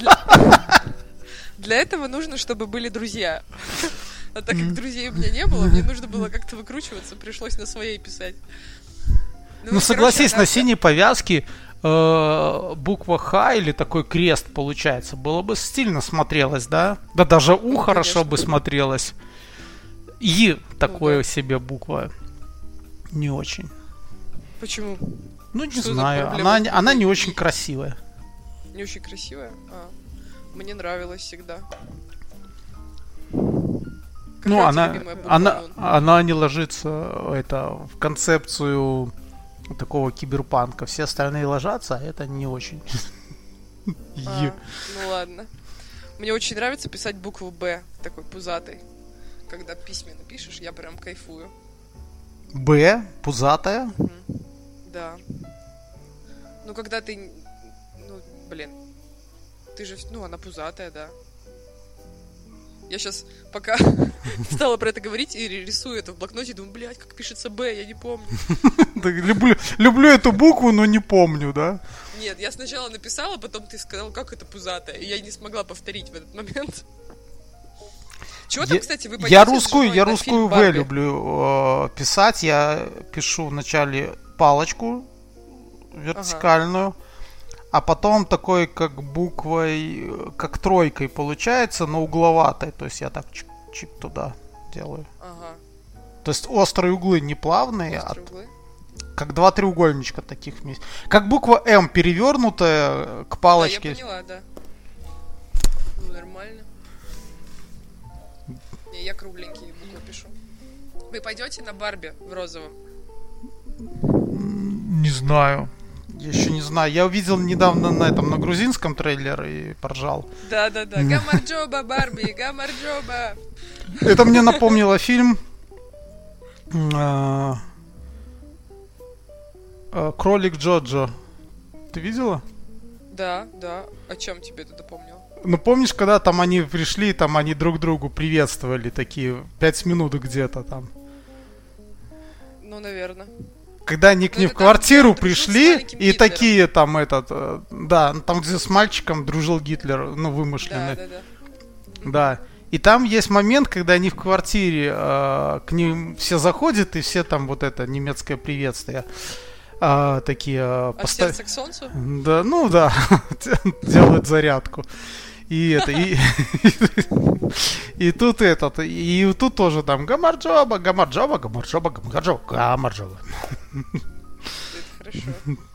для этого нужно, чтобы были друзья. А так как друзей у меня не было, мне нужно было как-то выкручиваться, пришлось на своей писать. Ну согласись, на синей повязке буква Х или такой крест получается, было бы стильно смотрелось, да? Да даже У хорошо бы смотрелось. И такое себе буква не очень. Почему? Ну не знаю, она не очень красивая. Не очень красивая? Мне нравилась всегда. Ну, она не ложится в концепцию такого киберпанка. Все остальные ложатся, а это не очень. Ну ладно. Мне очень нравится писать букву «Б», такой пузатый. Когда письменно пишешь, я прям кайфую. Б, пузатая? Да. Ну, когда ты... Ну, блин. Ты же... Ну, она пузатая, да. Я сейчас пока стала про это говорить и рисую это в блокноте, думаю, блядь, как пишется «Б», я не помню. Люблю эту букву, но не помню, да? Нет, я сначала написала, потом ты сказал, как это пузатая, и я не смогла повторить в этот момент. Чего там, кстати, вы пойдете Я с русскую женой на В фильм «Барби»? люблю писать. Я пишу вначале палочку вертикальную, а потом такой, как буквой, как тройкой получается, но угловатой. То есть я так чик-чик туда делаю. Ага. То есть острые углы не плавные, Острые углы? как два треугольничка таких вместе. Как буква М перевернутая к палочке. Да, я поняла, да. Ну, нормально. Не, я кругленькие буквы пишу. Вы пойдете на Барби в розовом? Не знаю. Я еще не знаю. Я увидел недавно на грузинском трейлере и поржал. Да-да-да. Гамарджоба, Барби, Гамарджоба. Это мне напомнило фильм «Кролик Джоджо». Ты видела? Да, да. О чем тебе это напомнило? Ну, помнишь, когда там они пришли, там они друг другу приветствовали, такие 5 минут где-то там. Ну, наверное. Когда они к ней в квартиру пришли, и такие там да, там где с мальчиком дружил Гитлер, ну, вымышленный. Да. Да. И там есть момент, когда они в квартире, к ним все заходят, и все там вот это немецкое приветствие. Такие... От сердца к солнцу? Да, ну да, делают зарядку. И тут и тут тоже там Гамарджоба. Это хорошо.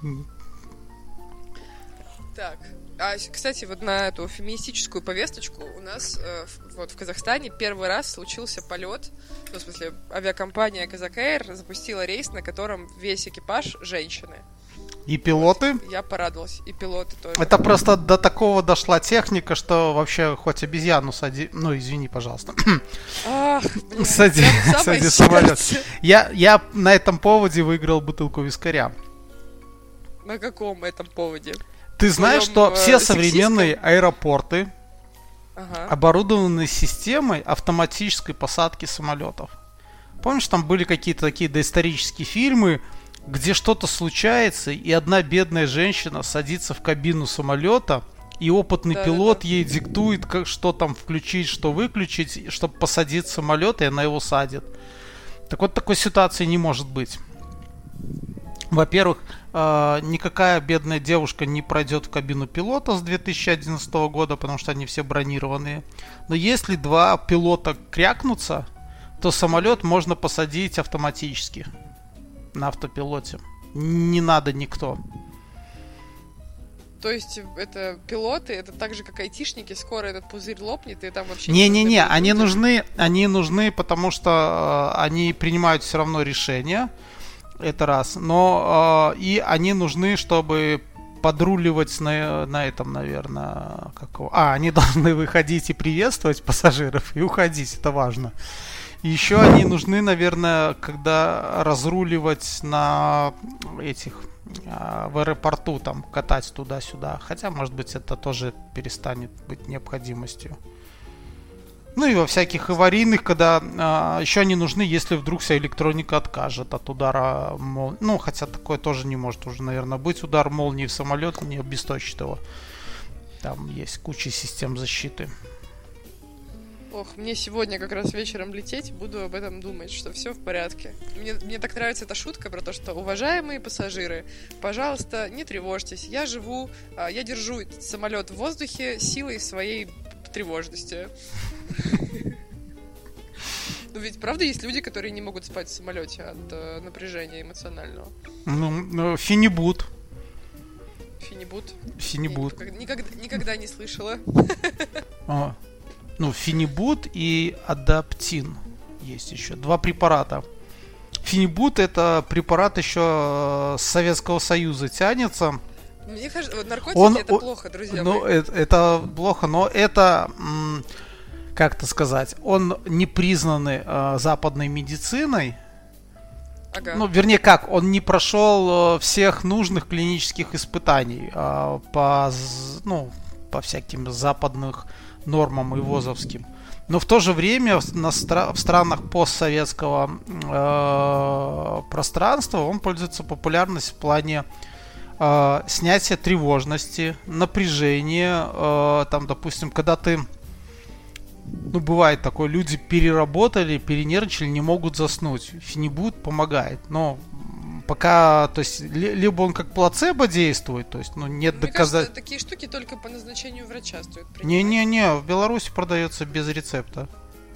Так, кстати, вот на эту феминистическую повесточку у нас вот в Казахстане первый раз случился полет, ну, в смысле, авиакомпания Казакэйр запустила рейс, на котором весь экипаж женщины. И пилоты? Вот, я порадовалась, и пилоты тоже. Это просто до такого дошла техника, что вообще хоть обезьяну сади... Ну, извини, пожалуйста. Ах, блин, сади самолет. Я на этом поводе выиграл бутылку вискаря. На каком этом поводе? Ты знаешь, что все современные аэропорты оборудованы системой автоматической посадки самолетов. Помнишь, там были какие-то такие доисторические фильмы, где что-то случается, и одна бедная женщина садится в кабину самолета, и опытный пилот ей диктует, что там включить, что выключить, чтобы посадить самолет, и она его садит. Так вот, такой ситуации не может быть. Во-первых, никакая бедная девушка не пройдет в кабину пилота с 2011 года, потому что они все бронированные. Но если два пилота крякнутся, то самолет можно посадить автоматически на автопилоте. Не надо никто. То есть это пилоты, это так же, как айтишники, скоро этот пузырь лопнет, и там вообще... Не-не-не, они нужны, потому что они принимают все равно решения. Это раз. Но и они нужны, чтобы подруливать на этом, наверное, они должны выходить и приветствовать пассажиров и уходить, это важно. И еще они нужны, наверное, когда разруливать на в аэропорту, там, катать туда-сюда. Хотя, может быть, это тоже перестанет быть необходимостью. Ну и во всяких аварийных, когда еще они нужны, если вдруг вся электроника откажет от удара молнии. Ну, хотя такое тоже не может уже, наверное, быть. Удар молнии в самолет не обесточит его. Там есть куча систем защиты. Ох, мне сегодня как раз вечером лететь, буду об этом думать, что все в порядке. Мне так нравится эта шутка про то, что, уважаемые пассажиры, пожалуйста, не тревожьтесь. Я держу самолет в воздухе силой своей тревожности. Ну ведь правда есть люди, которые не могут спать в самолете от напряжения эмоционального. Ну, фенибут. Фенибут? Никогда не слышала. Ну, фенибут и адаптин есть еще. Два препарата. Фенибут это препарат еще с Советского Союза тянется. Мне кажется, вот наркотики это плохо, друзья мои. Ну, это плохо, но это, как-то сказать, он не признанный западной медициной. Ага. Ну, вернее, как, он не прошел всех нужных клинических испытаний по всяким западным нормам и ВОЗовским. Но в то же время в странах постсоветского пространства он пользуется популярностью в плане снятия тревожности, напряжения. Там, допустим, когда ты... Ну, бывает такое, люди переработали, перенервничали, не могут заснуть. Фенибут помогает, но пока, то есть, либо он как плацебо действует, то есть, ну, нет доказательств. Мне кажется, такие штуки только по назначению врача стоит принимать. Не-не-не, в Беларуси продается без рецепта.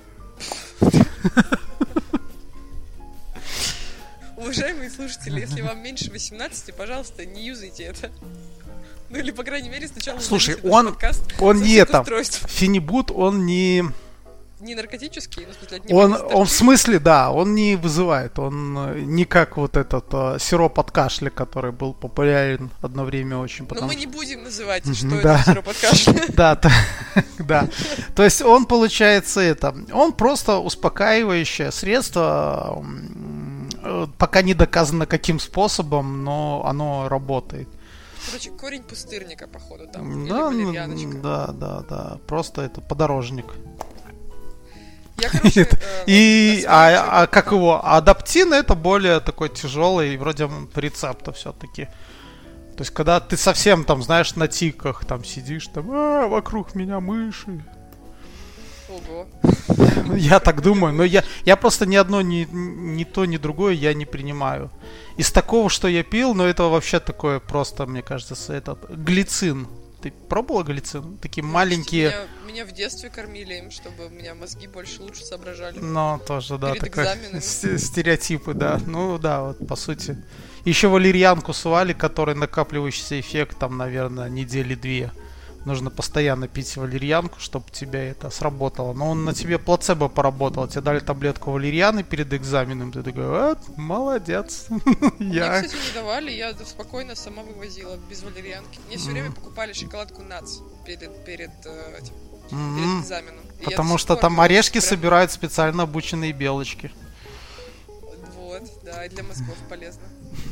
Уважаемые слушатели, если вам меньше 18, пожалуйста, не юзайте это. Ну или, по крайней мере, сначала... Слушай, он не это... Фенибут, он не... Не наркотический? Ну, в смысле, он в смысле, да, он не вызывает. Он не как вот этот сироп от кашля, который был популярен одно время очень. Но мы не будем называть, что это сироп от кашля. Да. То есть он, получается, он просто успокаивающее средство, пока не доказано каким способом, но оно работает. Короче, корень пустырника, походу, там. Или валерьяночка. Да. Просто это подорожник. Я, короче, как его? Адаптин это более такой тяжелый, вроде рецепта все-таки. То есть, когда ты совсем там, знаешь, на тиках там сидишь, там, вокруг меня мыши. Ого. Я так думаю, но я просто ни одно, ни то, ни другое я не принимаю. Из такого, что я пил, но это вообще такое просто, мне кажется, этот глицин. Ты пробовала глицин? Такие маленькие... Меня в детстве кормили им, чтобы у меня мозги лучше соображали. Ну, тоже, да. Перед экзаменами. Стереотипы, да. Ну, да, вот, по сути. Еще валерьянку сували, который накапливающийся эффект, там, наверное, недели 2. Нужно постоянно пить валерьянку, чтобы у тебя это сработало. Но он на тебе плацебо поработал. Тебе дали таблетку валерьяны перед экзаменом. Ты такой, молодец. Мне, кстати, не давали. Я спокойно сама вывозила без валерьянки. Мне все время покупали шоколадку Натс перед экзаменом. Потому что там орешки собирают специально обученные белочки. Вот, да, и для мозгов полезно.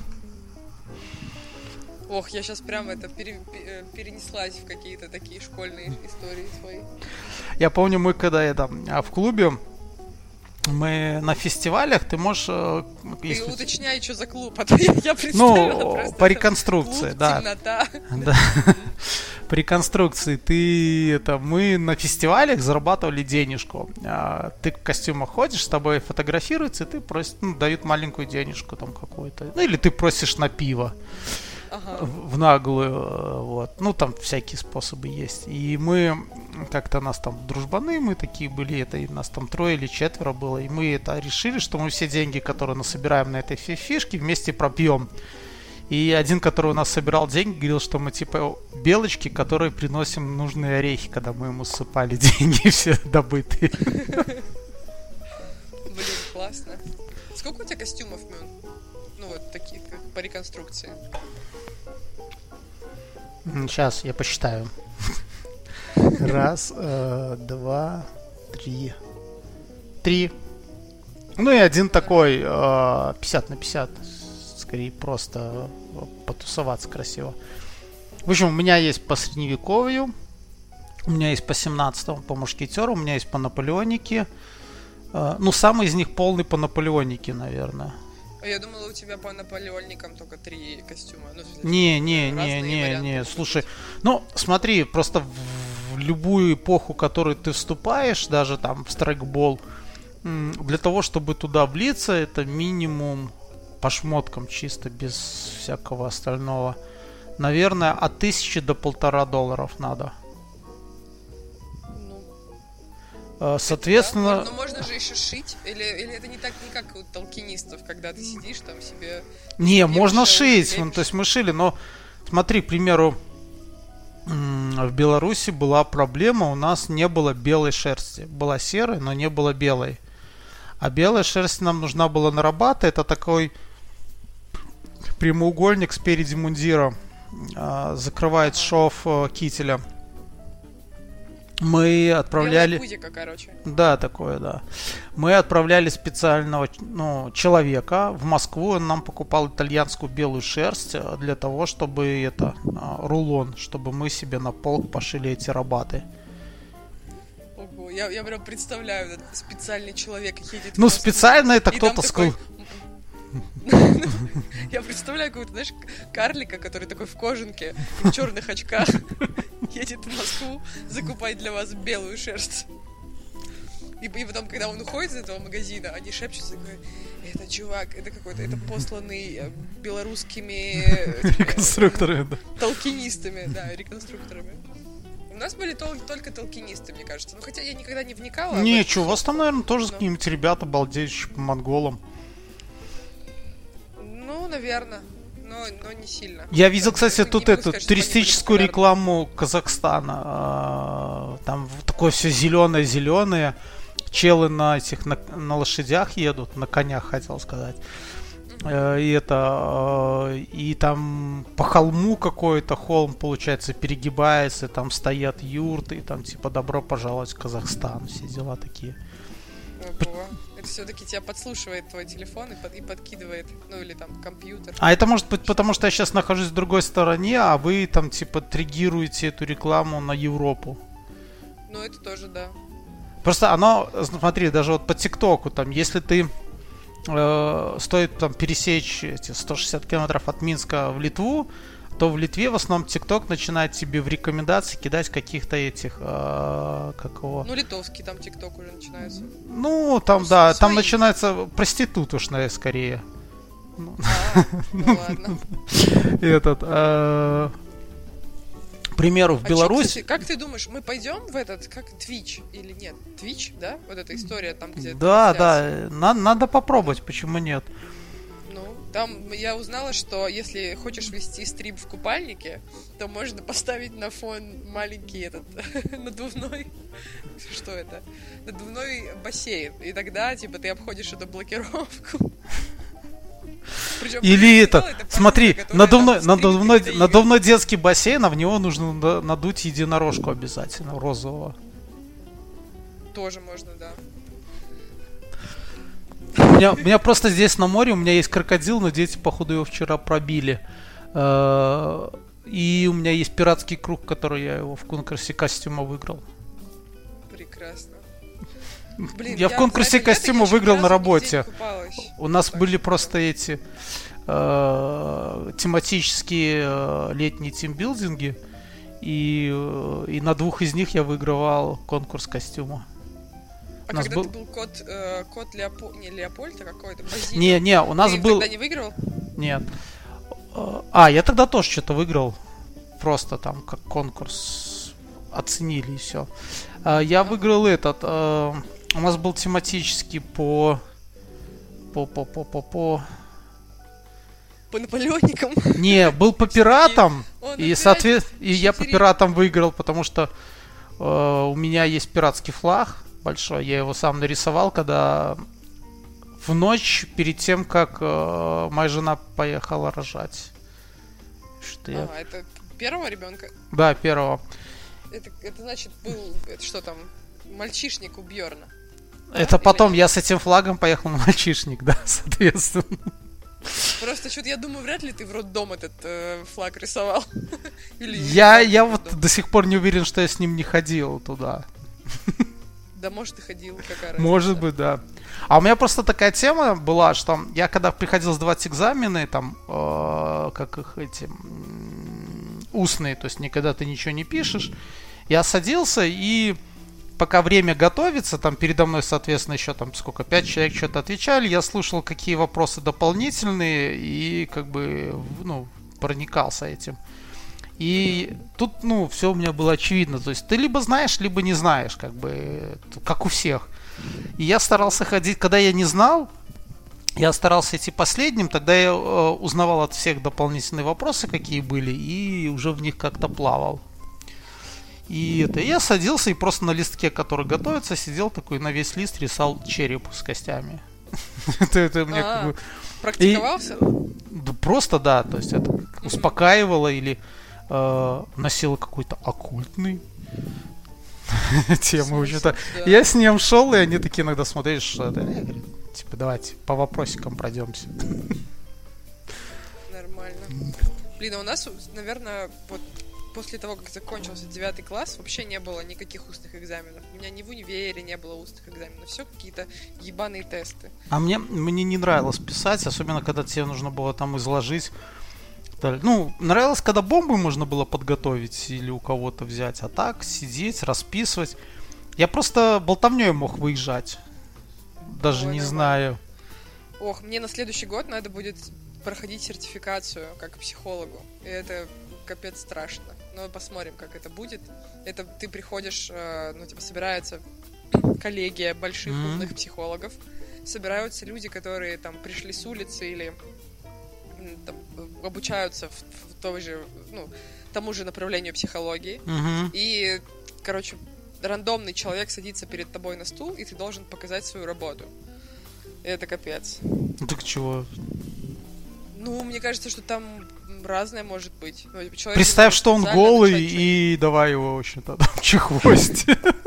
Ох, я сейчас прям перенеслась в какие-то такие школьные истории свои. Я помню, мы когда в клубе, мы на фестивалях, ты можешь... Ты уточняй, что за клуб, а то я представила просто... по реконструкции, клуб, да. Темнота. Да. По реконструкции мы на фестивалях зарабатывали денежку. Ты в костюмах ходишь, с тобой фотографируются, и ты просишь, дают маленькую денежку там какую-то. Ну, или ты просишь на пиво. Ага. В наглую, вот. Ну, там всякие способы есть. И мы, как-то нас там дружбаны, мы такие были, и нас там 3 или 4 было, и мы решили, что мы все деньги, которые насобираем на этой фишке, вместе пропьем. И один, который у нас собирал деньги, говорил, что мы типа белочки, которые приносим нужные орехи, когда мы ему ссыпали деньги все добытые. Блин, классно. Сколько у тебя костюмов, Мюн? Ну, вот таких, как по реконструкции. Сейчас я посчитаю. 1, 2, 3. 3. Ну и один такой 50 на 50. Скорее просто потусоваться красиво. В общем, у меня есть по средневековью. У меня есть по 17-му, по мушкетеру. У меня есть по Наполеонике. Ну, самый из них полный по Наполеонике, наверное. Я думала, у тебя по наполеонникам только 3 костюма. Ну, не. Слушай, ну, смотри, просто в любую эпоху, в которую ты вступаешь, даже там в страйкбол, для того, чтобы туда влиться, это минимум по шмоткам чисто, без всякого остального. Наверное, от 1000 до $1,5 надо. Соответственно... Но можно же еще шить? Или это не как у толкинистов, когда ты сидишь там себе... Не, можно шить. То есть мы шили, но смотри, к примеру, в Беларуси была проблема, у нас не было белой шерсти. Была серой, но не было белой. А белая шерсть нам нужна была на рабаты. Это такой прямоугольник спереди мундира. Закрывает шов кителя. Мы отправляли... Белая пузика, короче. Да, такое, да. Мы отправляли специального человека в Москву. Он нам покупал итальянскую белую шерсть для того, чтобы рулон, чтобы мы себе на полк пошили эти рабаты. Ого, я прям представляю, этот специальный человек едет. Ну, специально это кто-то сказал. Я представляю какого-то, знаешь, карлика, который такой в кожанке, в черных очках, едет в Москву закупать для вас белую шерсть. И потом, когда он уходит из этого магазина, они шепчутся и говорят: это чувак, это какой-то, это посланный белорусскими Реконструкторами, да. толкинистами, да, реконструкторами. У нас были только толкинисты, мне кажется. Ну, хотя я никогда не вникала. Не, что, у вас там, наверное, тоже какие-нибудь ребята балдеющие по монголам. Ну, наверное. Но не сильно. Я видел, кстати, тут эту сказать, туристическую рекламу Казахстана. Там такое все зеленое. Челы на лошадях едут, на конях, хотел сказать. И там по холму какой-то холм, получается, перегибается, там стоят юрты, и там типа добро пожаловать в Казахстан, все дела такие. Ого. Это все-таки тебя подслушивает твой телефон и подкидывает, ну или там компьютер. А это может быть потому, что я сейчас нахожусь в другой стороне, а вы там типа триггируете эту рекламу на Европу. Ну это тоже, да. Просто оно, смотри, даже вот по ТикТоку, там, если ты стоит там пересечь эти 160 километров от Минска в Литву, то в Литве в основном ТикТок начинает тебе в рекомендации кидать каких-то этих, Ну, литовский там ТикТок уже начинается. Ну, там, Ну, да, свои. там начинается проститутушная скорее. Ну ладно. К примеру, в Беларусь... Кстати, как ты думаешь, мы пойдем в этот, как Twitch или нет? Twitch, да? Вот эта история там, где... Да, надо попробовать, почему нет? Ну, там я узнала, что если хочешь вести стрим в купальнике, то можно поставить на фон маленький этот надувной... Что это? Надувной бассейн. И тогда, типа, ты обходишь эту блокировку. Причем, или это, смотри, подруга, надувной детский бассейн, а в него нужно надуть единорожку обязательно, розового. Тоже можно, да. У меня просто здесь на море, у меня есть крокодил, но дети, походу, его вчера пробили. И у меня есть пиратский круг, который я его в конкурсе костюма выиграл. Прекрасно. Блин, я в конкурсе костюма выиграл на работе. У нас так были просто эти тематические летние тимбилдинги. И на 2 из них я выигрывал конкурс костюма. А когда ты был кот Леопольд, а какой-то Базилио? Не, у нас ты был... тогда не выиграл? Нет. Я тогда тоже что-то выиграл. Просто там как конкурс оценили и все. Я выиграл этот... У нас был тематический по наполеоникам? Не, был по пиратам. И, соответственно, я по пиратам выиграл, потому что у меня есть пиратский флаг большой. Я его сам нарисовал, когда в ночь перед тем, как моя жена поехала рожать. Это первого ребенка? Да, первого. Это значит, был... Это что там? Мальчишник у Бьорна. Это потом я с этим флагом поехал на мальчишник, да, соответственно. Просто что-то я думаю, вряд ли ты в роддом этот флаг рисовал. Я вот до сих пор не уверен, что я с ним не ходил туда. Да, может, ты ходил, какая разница. Может быть, да. А у меня просто такая тема была, что я когда приходил сдавать экзамены, там, как их эти, устные, то есть никогда ты ничего не пишешь, я садился и... Пока время готовится, там передо мной, соответственно, еще там 5 человек что-то отвечали, я слушал, какие вопросы дополнительные и как бы, проникался этим. И тут, все у меня было очевидно, то есть ты либо знаешь, либо не знаешь, как бы, как у всех. И я старался ходить, когда я не знал, я старался идти последним, тогда я узнавал от всех дополнительные вопросы, какие были, и уже в них как-то плавал. И я садился и просто на листке, который готовится, сидел такой, на весь лист рисовал череп с костями. Это мне как бы... Практиковался? Просто да, то есть это успокаивало или носило какой-то оккультный тему. Я с ним шел, и они такие иногда смотрели, что это... Типа, давайте по вопросикам пройдемся. Нормально. Блин, а у нас, наверное, вот после того, как закончился 9 класс, вообще не было никаких устных экзаменов. У меня ни в универе не было устных экзаменов. Все какие-то ебаные тесты. А мне не нравилось писать, особенно когда тебе нужно было там изложить. Ну, нравилось, когда бомбы можно было подготовить или у кого-то взять. А так, сидеть, расписывать. Я просто болтовнёй мог выезжать. Даже не знаю. Ох, мне на следующий год надо будет проходить сертификацию как психологу. И это капец страшно. Но посмотрим, как это будет. Это ты приходишь, ну, типа, собирается коллегия больших умных психологов. Собираются люди, которые там пришли с улицы или там, обучаются в той же, ну, тому же направлению психологии. И, короче, рандомный человек садится перед тобой на стул, и ты должен показать свою работу. И это капец. Так чего? Ну, мне кажется, что там разное может быть. Ну, представь, что он голый, и давай его, в общем-то, чехвостить.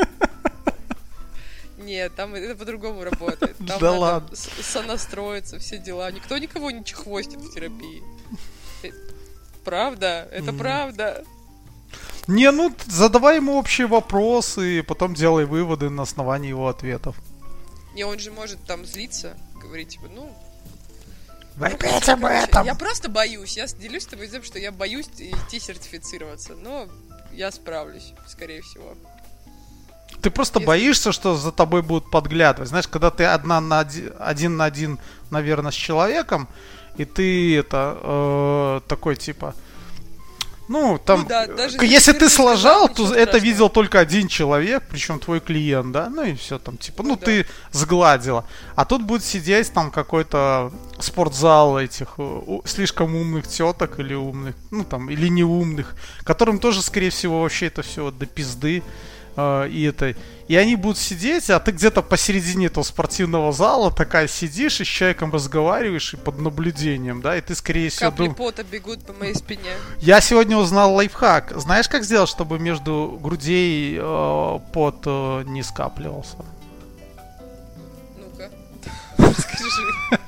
Нет, там это по-другому работает. Там да надо ладно. сонастроиться, все дела. Никто никого не чехвостит в терапии. Правда? Это правда. Не, ну, задавай ему общие вопросы, и потом делай выводы на основании его ответов. Не, он же может там злиться, говорить, типа, ну... Вы опять об этом! Я просто боюсь. Я делюсь с тобой тем, что я боюсь идти сертифицироваться. Но я справлюсь, скорее всего. Ты просто боишься, что за тобой будут подглядывать. Знаешь, когда ты один на один, наверное, с человеком, и ты такой, типа... Ну, там, да, даже если ты сложал, то это страшного. видел только один человек, причем твой клиент, да, ну и все там, типа, ну, ты сгладила. А тут будет сидеть там какой-то спортзал этих слишком умных теток или умных, ну там, или неумных, которым тоже, скорее всего, вообще это все до пизды. И они будут сидеть, а ты где-то посередине этого спортивного зала такая сидишь и с человеком разговариваешь и под наблюдением, да, и ты, скорее всего... Капли пота бегут по моей спине. Я сегодня узнал лайфхак. Знаешь, как сделать, чтобы между грудей пот не скапливался? Ну-ка, расскажи.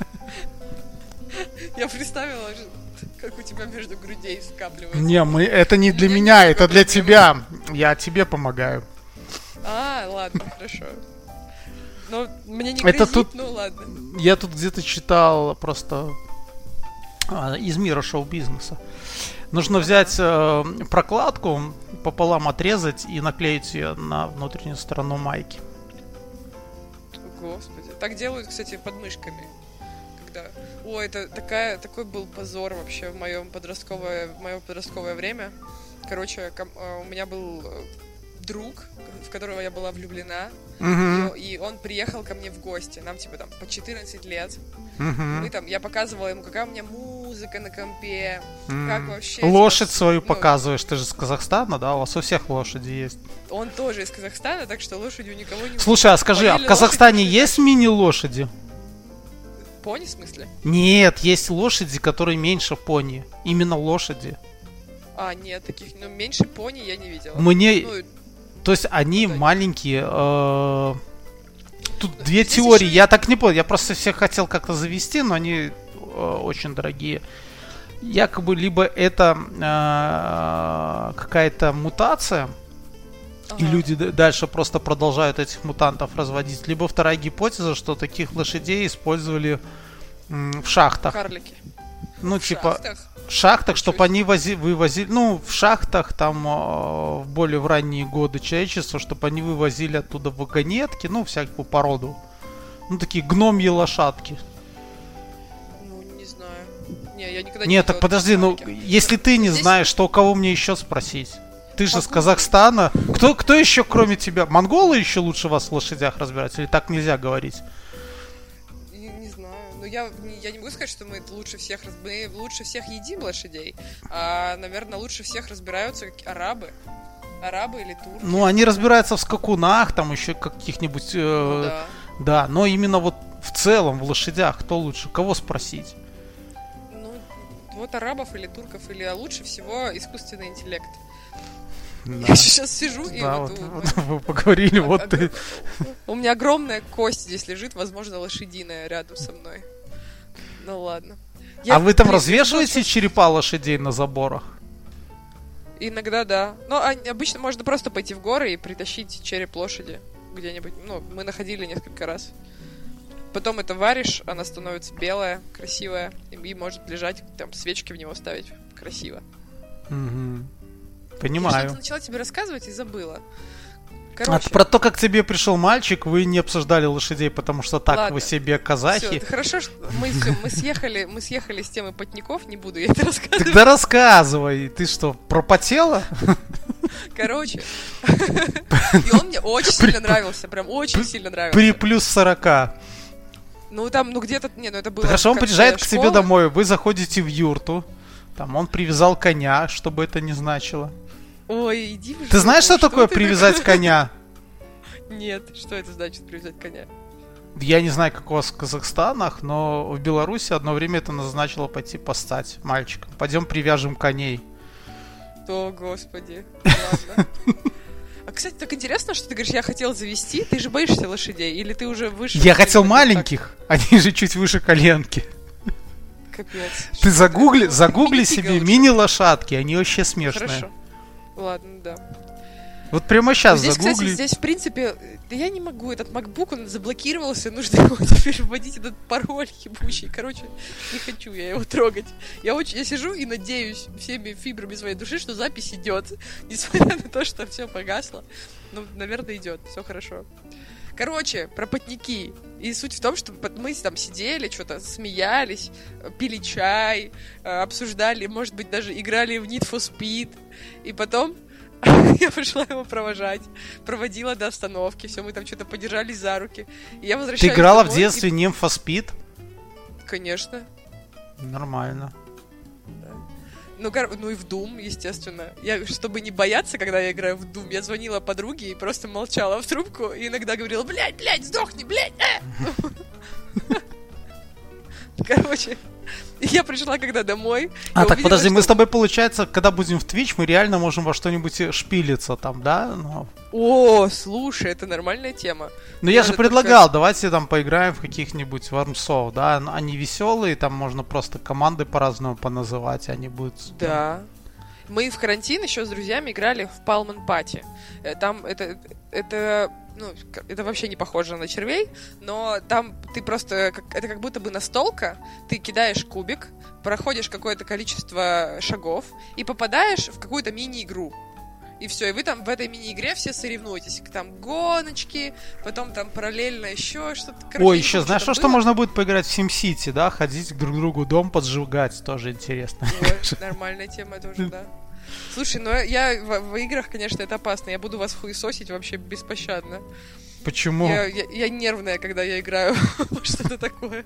Я представила, как у тебя между грудей скапливается. Не, это не для меня, это для тебя. Я тебе помогаю. А, ладно, хорошо. Но мне не грозит, ну ладно. Я тут где-то читал просто из мира шоу-бизнеса. Нужно взять прокладку, пополам отрезать и наклеить ее на внутреннюю сторону майки. Господи. Так делают, кстати, подмышками. Когда... О, это такой был позор вообще в мое подростковое время. Короче, у меня был друг, в которого я была влюблена, и он приехал ко мне в гости. Нам типа там по 14 лет. Я показывала ему, какая у меня музыка на компе, как вообще... Лошадь свою показываешь, ты же из Казахстана, да? У вас у всех лошади есть. Он тоже из Казахстана, так что лошадью никого не... Слушай, а скажи, а в Казахстане есть мини-лошади? Пони, в смысле? Нет, есть лошади, которые меньше пони. Именно лошади. А, нет, таких, меньше пони я не видела. То есть они маленькие. Тут две теории. Я так не понял. Я просто всех хотел как-то завести, но они очень дорогие. Якобы либо это какая-то мутация, и люди дальше просто продолжают этих мутантов разводить. Либо вторая гипотеза, что таких лошадей использовали в шахтах. Карлики. Ну, в типа... шахтах? В шахтах, чтобы они вывозили... Ну, в шахтах, там, в ранние годы человечества, чтобы они вывозили оттуда вагонетки, ну, всякую породу. Ну, такие гномьи лошадки. Ну, не знаю. Не, я никогда не... Нет, так подожди, если ты не знаешь, то у кого мне еще спросить? Ты же с Казахстана. Кто еще, кроме тебя? Монголы еще лучше вас в лошадях разбираются? Или так нельзя говорить? Не знаю. Но я не могу сказать, что мы лучше всех едим лошадей. А, наверное, лучше всех разбираются арабы. Арабы или турки. Ну, они разбираются в скакунах, там еще каких-нибудь... Да. Да, но именно вот в целом, в лошадях, кто лучше? Кого спросить? Ну, вот арабов или турков, или лучше всего искусственный интеллект. Да. Я сейчас сижу и Да, вот... вот вы поговорили, вот ты... У меня огромная кость здесь лежит, возможно, лошадиная рядом со мной. Ну ладно. А вы там развешиваете черепа лошадей на заборах? Иногда да. Но обычно можно просто пойти в горы и притащить череп лошади где-нибудь. Ну, мы находили несколько раз. Потом это варишь, она становится белая, красивая, и может лежать, там, свечки в него ставить. Красиво. Угу. Я Понимаю. что-то начала тебе рассказывать и забыла. А Короче, про то, как к тебе пришел мальчик, вы не обсуждали лошадей, потому что так Ладно. вы себе казахи. всё, это хорошо, что мы съехали с темы потников, не буду я это рассказывать. Тогда рассказывай. Ты что, пропотела? Короче, и он мне очень сильно нравился, прям очень сильно нравился. При плюс 40. Ну там, ну где-то, не, ну это было... Хорошо, он как приезжает к школа. тебе домой, вы заходите в юрту, там он привязал коня, что бы это ни значило. Ой, иди в Ты знаешь, жопу, что такое ты привязать коня? Нет, что это значит привязать коня? Я не знаю, как у вас в Казахстанах, но в Беларуси одно время это назначило пойти постать мальчиком. Пойдем привяжем коней. О, господи, ладно. А, кстати, так интересно, что ты говоришь, я хотел завести, ты же боишься лошадей, или ты уже выше? Я хотел маленьких, они же чуть выше коленки. Капец. Ты загугли Мини-тига себе лучше. мини-лошадки, они вообще смешные. Хорошо. Ладно, да. Вот прямо сейчас Здесь, загугли. кстати, здесь, в принципе, да я не могу, этот MacBook, он заблокировался, нужно его теперь вводить, этот пароль ебучий. Короче, не хочу я его трогать. Я сижу и надеюсь всеми фибрами своей души, что запись идет, несмотря на то, что все погасло. Ну, наверное, идет, все хорошо. Короче, про потники. И суть в том, что мы там сидели, что-то смеялись, пили чай, обсуждали, может быть, даже играли в Need for Speed. И потом я пошла его провожать, проводила до остановки, все, мы там что-то подержались за руки. И я Ты возвращаюсь играла в домой детстве Need for Speed? Конечно. Нормально. Ну и в Doom, естественно. Я, чтобы не бояться, когда я играю в Doom, я звонила подруге и просто молчала в трубку и иногда говорила: блядь, сдохни, блядь! Короче, я пришла когда домой. А, так, увидела, подожди, мы что- с тобой, получается, когда будем в Twitch, мы реально можем во что-нибудь шпилиться там, да? Ну, О, слушай, это нормальная тема. ну я же Надо предлагал, давайте там поиграем в каких-нибудь вармсов, да? Они веселые, там можно просто команды по-разному поназывать, они будут... Да. Мы в карантин еще с друзьями играли в Palm Party. Там это вообще не похоже на червей, но там ты просто... Это как будто бы настолка, ты кидаешь кубик, проходишь какое-то количество шагов и попадаешь в какую-то мини-игру. И все, и вы там в этой мини-игре все соревнуетесь. Там гоночки, потом там параллельно еще что-то. Короче, Ой, не еще помню, знаешь, там что было. можно будет поиграть в SimCity, да? Ходить друг к другу дом поджигать, тоже интересно. Ой, нормальная тема тоже, да. Слушай, ну я в играх, конечно, это опасно. Я буду вас хуесосить вообще беспощадно. Почему? Я нервная, когда я играю во что-то такое.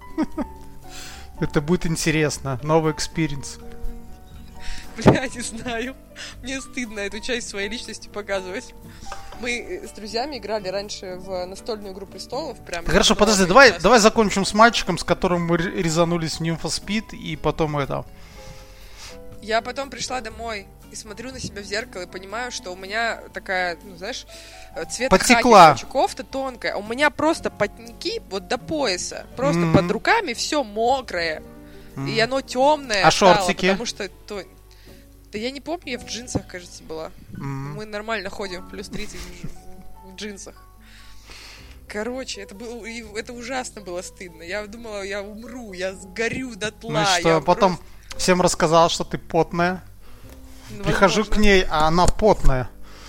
Это будет интересно, новый экспириенс. Бля, не знаю. Мне стыдно эту часть своей личности показывать. Мы с друзьями играли раньше в настольную игру престолов. Прям Хорошо, много подожди, часто. давай закончим с мальчиком, с которым мы резанулись в Need for Speed, и потом это... Я потом пришла домой и смотрю на себя в зеркало и понимаю, что у меня такая, ну, знаешь, цвет Потекла. хаки, короче, кофта тонкая. У меня просто потники вот до пояса. Просто Мгм. под руками все мокрое. И оно темное. А стало, шортики? Потому что... Да я не помню, я в джинсах, кажется, была. Мы нормально ходим, плюс 30 в джинсах. Короче, это ужасно было стыдно. Я думала, я умру, я сгорю дотла. Ну и что, я потом просто- всем рассказал, что ты потная. Ну, Прихожу возможно. к ней, а она потная.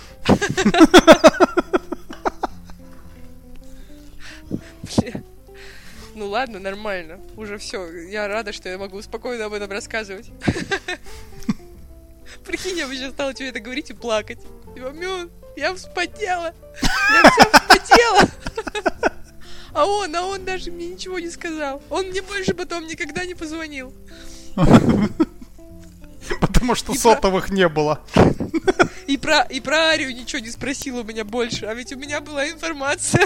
Бля. Ну ладно, нормально. Уже все. Я рада, что я могу спокойно об этом рассказывать. Прикинь, я бы сейчас стала тебе это говорить и плакать. Мён, я вспотела. Я вся вспотела. А он даже мне ничего не сказал. Он мне больше потом никогда не позвонил. Потому что И сотовых не было. И про Арию ничего не спросил у меня больше, а ведь у меня была информация.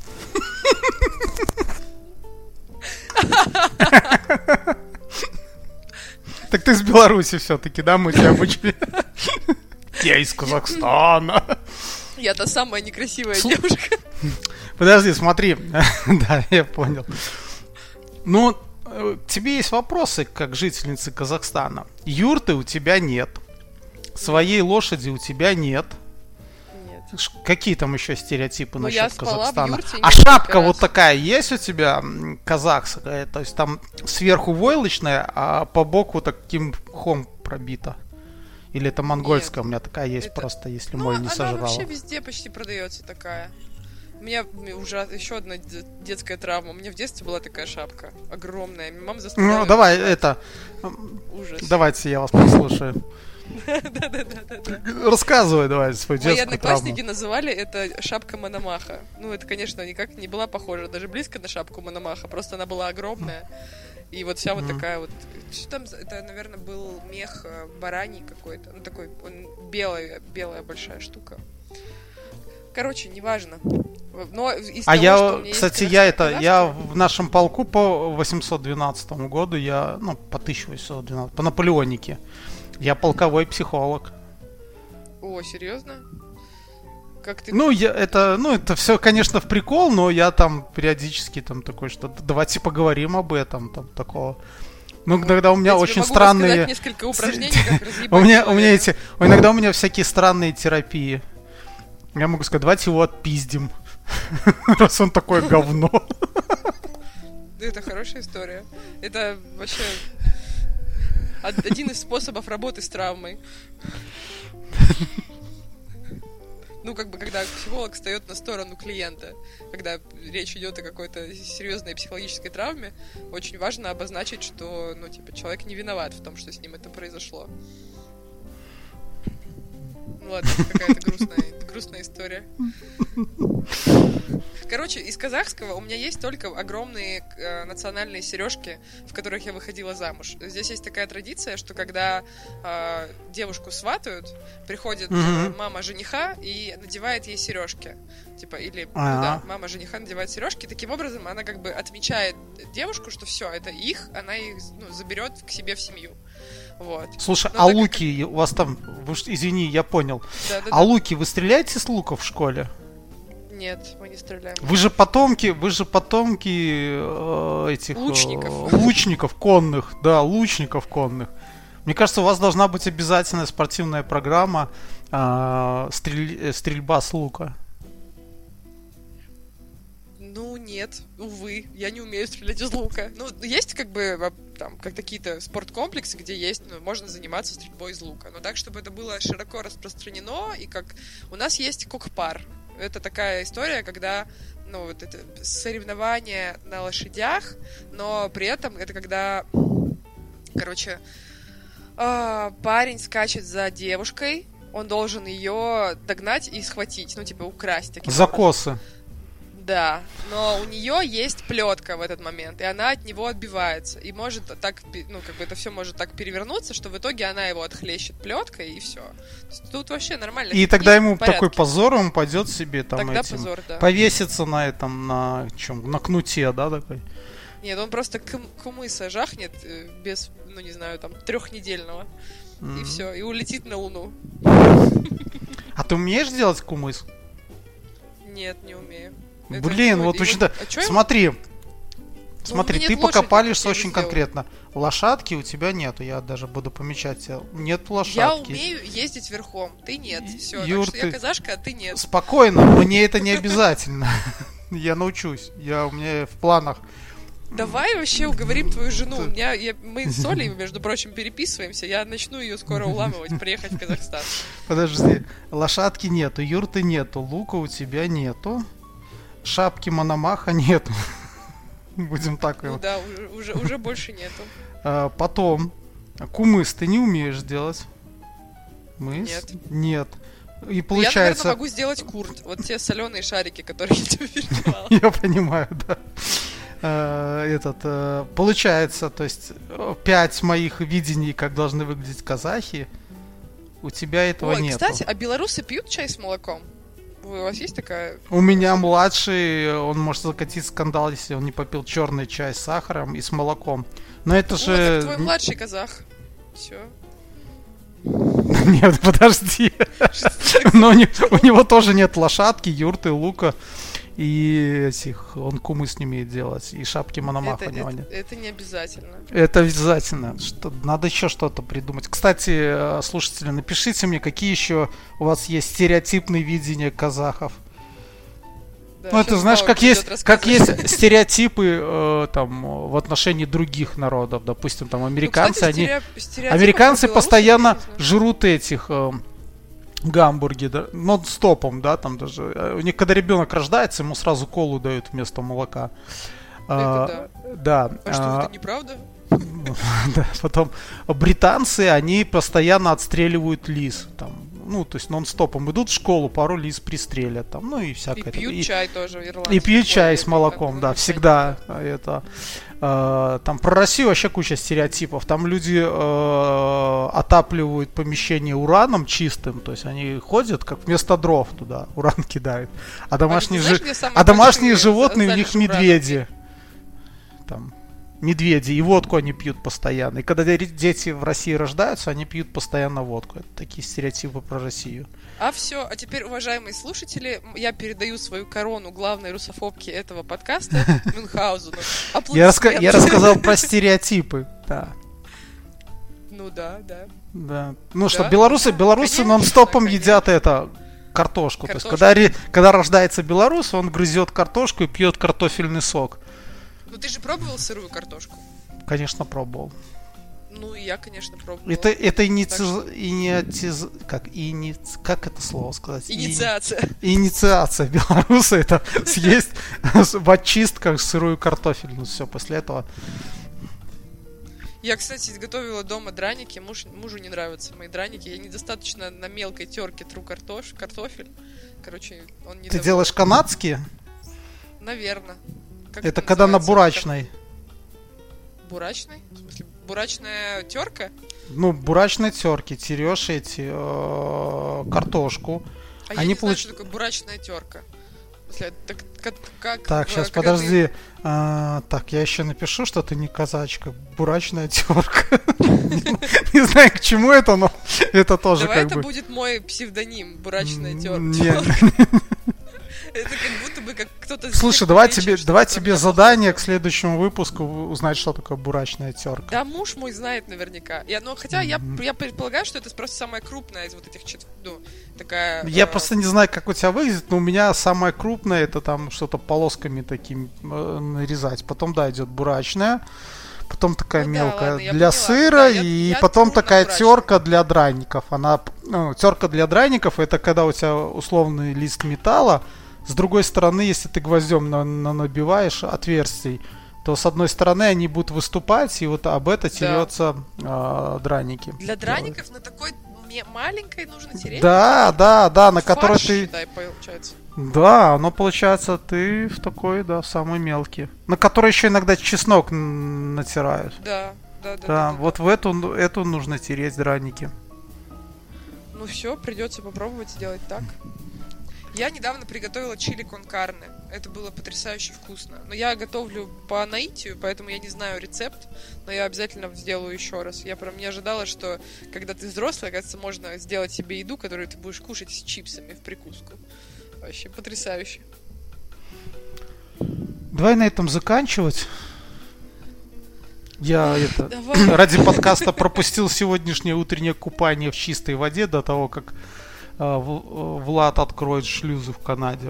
Так ты из Беларуси все-таки, да, мы тебя обучили? Я из Казахстана. Я та самая некрасивая девушка. Подожди, смотри. Да, я понял. Ну, к тебе есть вопросы, как жительницы Казахстана. Юрты у тебя нет. Своей лошади у тебя нет. Какие там еще стереотипы насчет Казахстана? А шапка вот такая есть у тебя, казахская? То есть там сверху войлочная, а по боку таким мхом пробита? Или это монгольская? У меня такая есть просто, если моль не сожрала. Она вообще везде почти продается такая. У меня уже еще одна детская травма. У меня в детстве была такая шапка. Огромная. Мама заставляла... Ну, давай, Ужас. Давайте я вас послушаю. Да. Рассказывай, давай, свою детскую Мои одноклассники травму. называли это шапка Мономаха. Ну, это, конечно, никак не была похожа даже близко на шапку Мономаха. Просто она была огромная. И вот вся вот такая вот... Что там? Это, наверное, был мех бараний какой-то. Ну, такой, он белая большая штука. Короче, неважно. Но из того, что кстати, я в нашем полку по 812 году, по 1812, по Наполеонике. Я полковой психолог. О, серьезно? Как ты... Это все, конечно, в прикол, но я там периодически там такой, что давайте поговорим об этом, там такого. Ну, иногда у меня очень странные... несколько упражнений, как разъебать иногда у меня всякие странные терапии. Я могу сказать, давайте его отпиздим. Раз он такое говно. Это хорошая история. Это вообще один из способов работы с травмой. Ну, как бы, когда психолог встает на сторону клиента, когда речь идет о какой-то серьезной психологической травме, очень важно обозначить, что, человек не виноват в том, что с ним это произошло. Ну ладно, какая-то грустная история. Короче, из казахского у меня есть только огромные национальные сережки, в которых я выходила замуж. Здесь есть такая традиция, что когда девушку сватают, приходит мама жениха и надевает ей сережки. Мама жениха надевает сережки. Таким образом, она как бы отмечает девушку, что все, это их, она их заберет к себе в семью. Вот. Слушай, луки у вас там, извини, я понял. Да. Луки, вы стреляете с луков в школе? Нет, мы не стреляем. Вы же потомки этих... Лучников конных. Да, лучников конных. Мне кажется, у вас должна быть обязательная спортивная программа стрельба с лука. Ну, нет, увы, я не умею стрелять из лука. Ну, есть как бы там как какие-то спорткомплексы, где есть, можно заниматься стрельбой из лука. Но так, чтобы это было широко распространено, и как... У нас есть кокпар. Это такая история, когда, это соревнования на лошадях, но при этом это когда, парень скачет за девушкой, он должен ее догнать и схватить, украсть. За косы. Да, но у нее есть плетка в этот момент, и она от него отбивается. И может так, это все может так перевернуться, что в итоге она его отхлещет плеткой, и все. Тут вообще нормально. И тогда ему такой позор, он пойдет себе там тогда позор, да. Повеситься на этом, на чем? На кнуте, да, такой? Нет, он просто кумыса жахнет без, трехнедельного. И все, и улетит на Луну. А ты умеешь делать кумыс? Нет, не умею. Блин, вот очень-то... Смотри, ты пока палишься очень конкретно. Лошадки у тебя нету, я даже буду помечать тебя. Нет лошадки. Я умею ездить верхом, ты нет. Все, Юр, так что я казашка, а ты нет. Спокойно, мне это не обязательно. Я научусь, у меня в планах. Давай вообще уговорим твою жену. Мы с Олей, между прочим, переписываемся. Я начну ее скоро уламывать, приехать в Казахстан. Подожди, лошадки нету, юрты нету, лука у тебя нету. Шапки Мономаха нету. Будем так его. Ну да, уже больше нету. Потом, кумыс ты не умеешь делать? Нет. Нет. И получается... Я, наверное, могу сделать курт. Вот те соленые шарики, которые я тебе передавала. Я понимаю, да. Получается, то есть 5 моих видений, как должны выглядеть казахи, У тебя этого Ой, нет. кстати, а белорусы пьют чай с молоком? У вас есть такая? У меня младший, он может закатить скандал, если он не попил черный чай с сахаром и с молоком. Но это О, же... так твой младший казах. Все. Нет, подожди. Но у него тоже нет лошадки, юрты, лука и этих... Он кумыс не умеет делать. И шапки Мономаха у него нет. Это не обязательно. Это обязательно. Надо еще что-то придумать. Кстати, слушатели, напишите мне, какие еще у вас есть стереотипные видения казахов. Да, Ну, это щас знаешь, Павел придёт как есть рассказывать. стереотипы там в отношении других народов. Допустим, там американцы, Ну, кстати, они... стереотипов Американцы про белорусов постоянно я не знаю. жрут этих гамбурги, да, нон-стопом, да, там даже. У них, когда ребенок рождается, ему сразу колу дают вместо молока. Это Да. А что, это неправда? Да, потом британцы, они постоянно отстреливают лис. Там, ну, то есть нон-стопом идут в школу, пару лис пристрелят. Там, ну и И всякое. пьют чай тоже ирландский. И пьют чай Ой, с молоком, как да, бы, всегда. Это, там про Россию вообще куча стереотипов. Там люди отапливают помещение ураном чистым, то есть они ходят, как вместо дров туда уран кидают. А домашние, знаешь, где самые домашние большие животные у них залежи урана? медведи. Там, медведи, и водку они пьют постоянно. И когда дети в России рождаются, они пьют постоянно водку. Это такие стереотипы про Россию. А все, а теперь, уважаемые слушатели, я передаю свою корону главной русофобки этого подкаста Мюнхгаузену. Я Аплодисменты. рассказал про стереотипы, да. Ну да, да. Да. Ну Да? что, белорусы Конечно, нон-стопом конечно. едят это картошку. То есть, Картошку. когда рождается белорус, он грызет картошку и пьет картофельный сок. Ну ты же пробовал сырую картошку? Конечно, пробовал. Ну и я, конечно, пробовала. Это Так как это слово сказать? Инициация. Инициация белоруса это съесть в очистках сырую картофель. Ну все, после этого. Я, кстати, готовила дома драники. Мужу не нравятся мои драники. Я недостаточно на мелкой терке тру картофель. Короче, он не Ты доволен. делаешь канадские? Наверное. Как Это когда на называется? бурачной. Бурачной? В смысле, бурачная терка? Ну, бурачной терки терешь эти картошку. А я Они не знаю, получ- что такое бурачная терка. В смысле, как Так, сейчас когда подожди. Так, я еще напишу, что ты не казачка. Бурачная терка. Не знаю, к чему это, но это тоже Давай как это бы... будет мой псевдоним, бурачная Нет. терка. Это как будто бы как кто-то... Слушай, всех давай кричит, что тебе это задание к просто. следующему выпуску узнать, что такое бурачная терка. Да, муж мой знает наверняка. Хотя я предполагаю, что это просто самая крупная из вот этих такая... Я просто не знаю, как у тебя выглядит, но у меня самое крупное это там что-то полосками такими нарезать. Потом, да, идет бурачная. Потом такая Ну да, мелкая ладно, я для поняла. сыра, Да, и я потом тру на такая бурачную. терка для драников. Терка для драников это когда у тебя условный лист металла. С другой стороны, если ты гвоздем набиваешь отверстий, то с одной стороны они будут выступать, и вот об это терется драники. Для драников на такой маленькой нужно тереть? Да, на которой Фарш, ты... считай, получается. Да, оно получается ты в такой, да, самый мелкий. На который еще иногда чеснок натирают. Да. Да, вот в эту нужно тереть драники. Ну все, придется попробовать сделать так. Я недавно приготовила чили кон карне. Это было потрясающе вкусно. Но я готовлю по наитию, поэтому я не знаю рецепт, но я обязательно сделаю еще раз. Я прям не ожидала, что когда ты взрослый, оказывается, можно сделать себе еду, которую ты будешь кушать с чипсами в прикуску. Вообще потрясающе. Давай на этом заканчивать. Я Давай. ради подкаста пропустил сегодняшнее утреннее купание в чистой воде до того, как Влад откроет шлюзы в Канаде.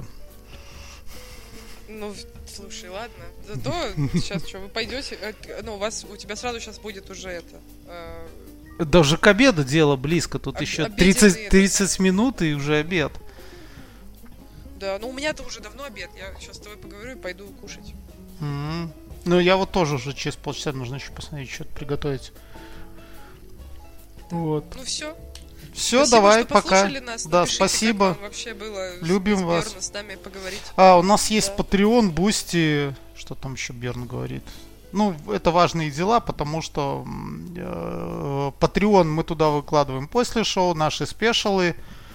Ну, слушай, ладно. Зато сейчас что, вы пойдете... Ну, у тебя сразу сейчас будет уже это... Даже к обеду дело близко. Тут еще обеденный 30 минут и уже обед. Да, ну у меня-то уже давно обед. Я сейчас с тобой поговорю и пойду кушать. Ну, я вот тоже уже через полчаса нужно еще посмотреть, что-то приготовить. Вот. Ну все. Все, Спасибо, давай, что пока. послушали нас. Да, Напишите, спасибо. как вам вообще было Любим с вас. Бёрном с нами поговорить. У нас есть Да. Patreon, Boosty. Что там еще Берн говорит? Ну, это важные дела, потому что Patreon мы туда выкладываем после шоу, наши спешалы.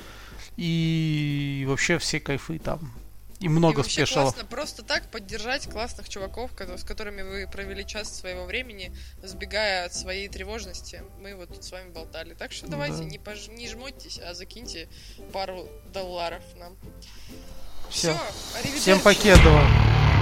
И вообще все кайфы там. И много и вообще спешалов. Классно просто так поддержать классных чуваков, с которыми вы провели час своего времени, сбегая от своей тревожности. Мы вот тут с вами болтали. Так что давайте, не жмотесь, а закиньте пару $1 нам. Все, Всем покедова.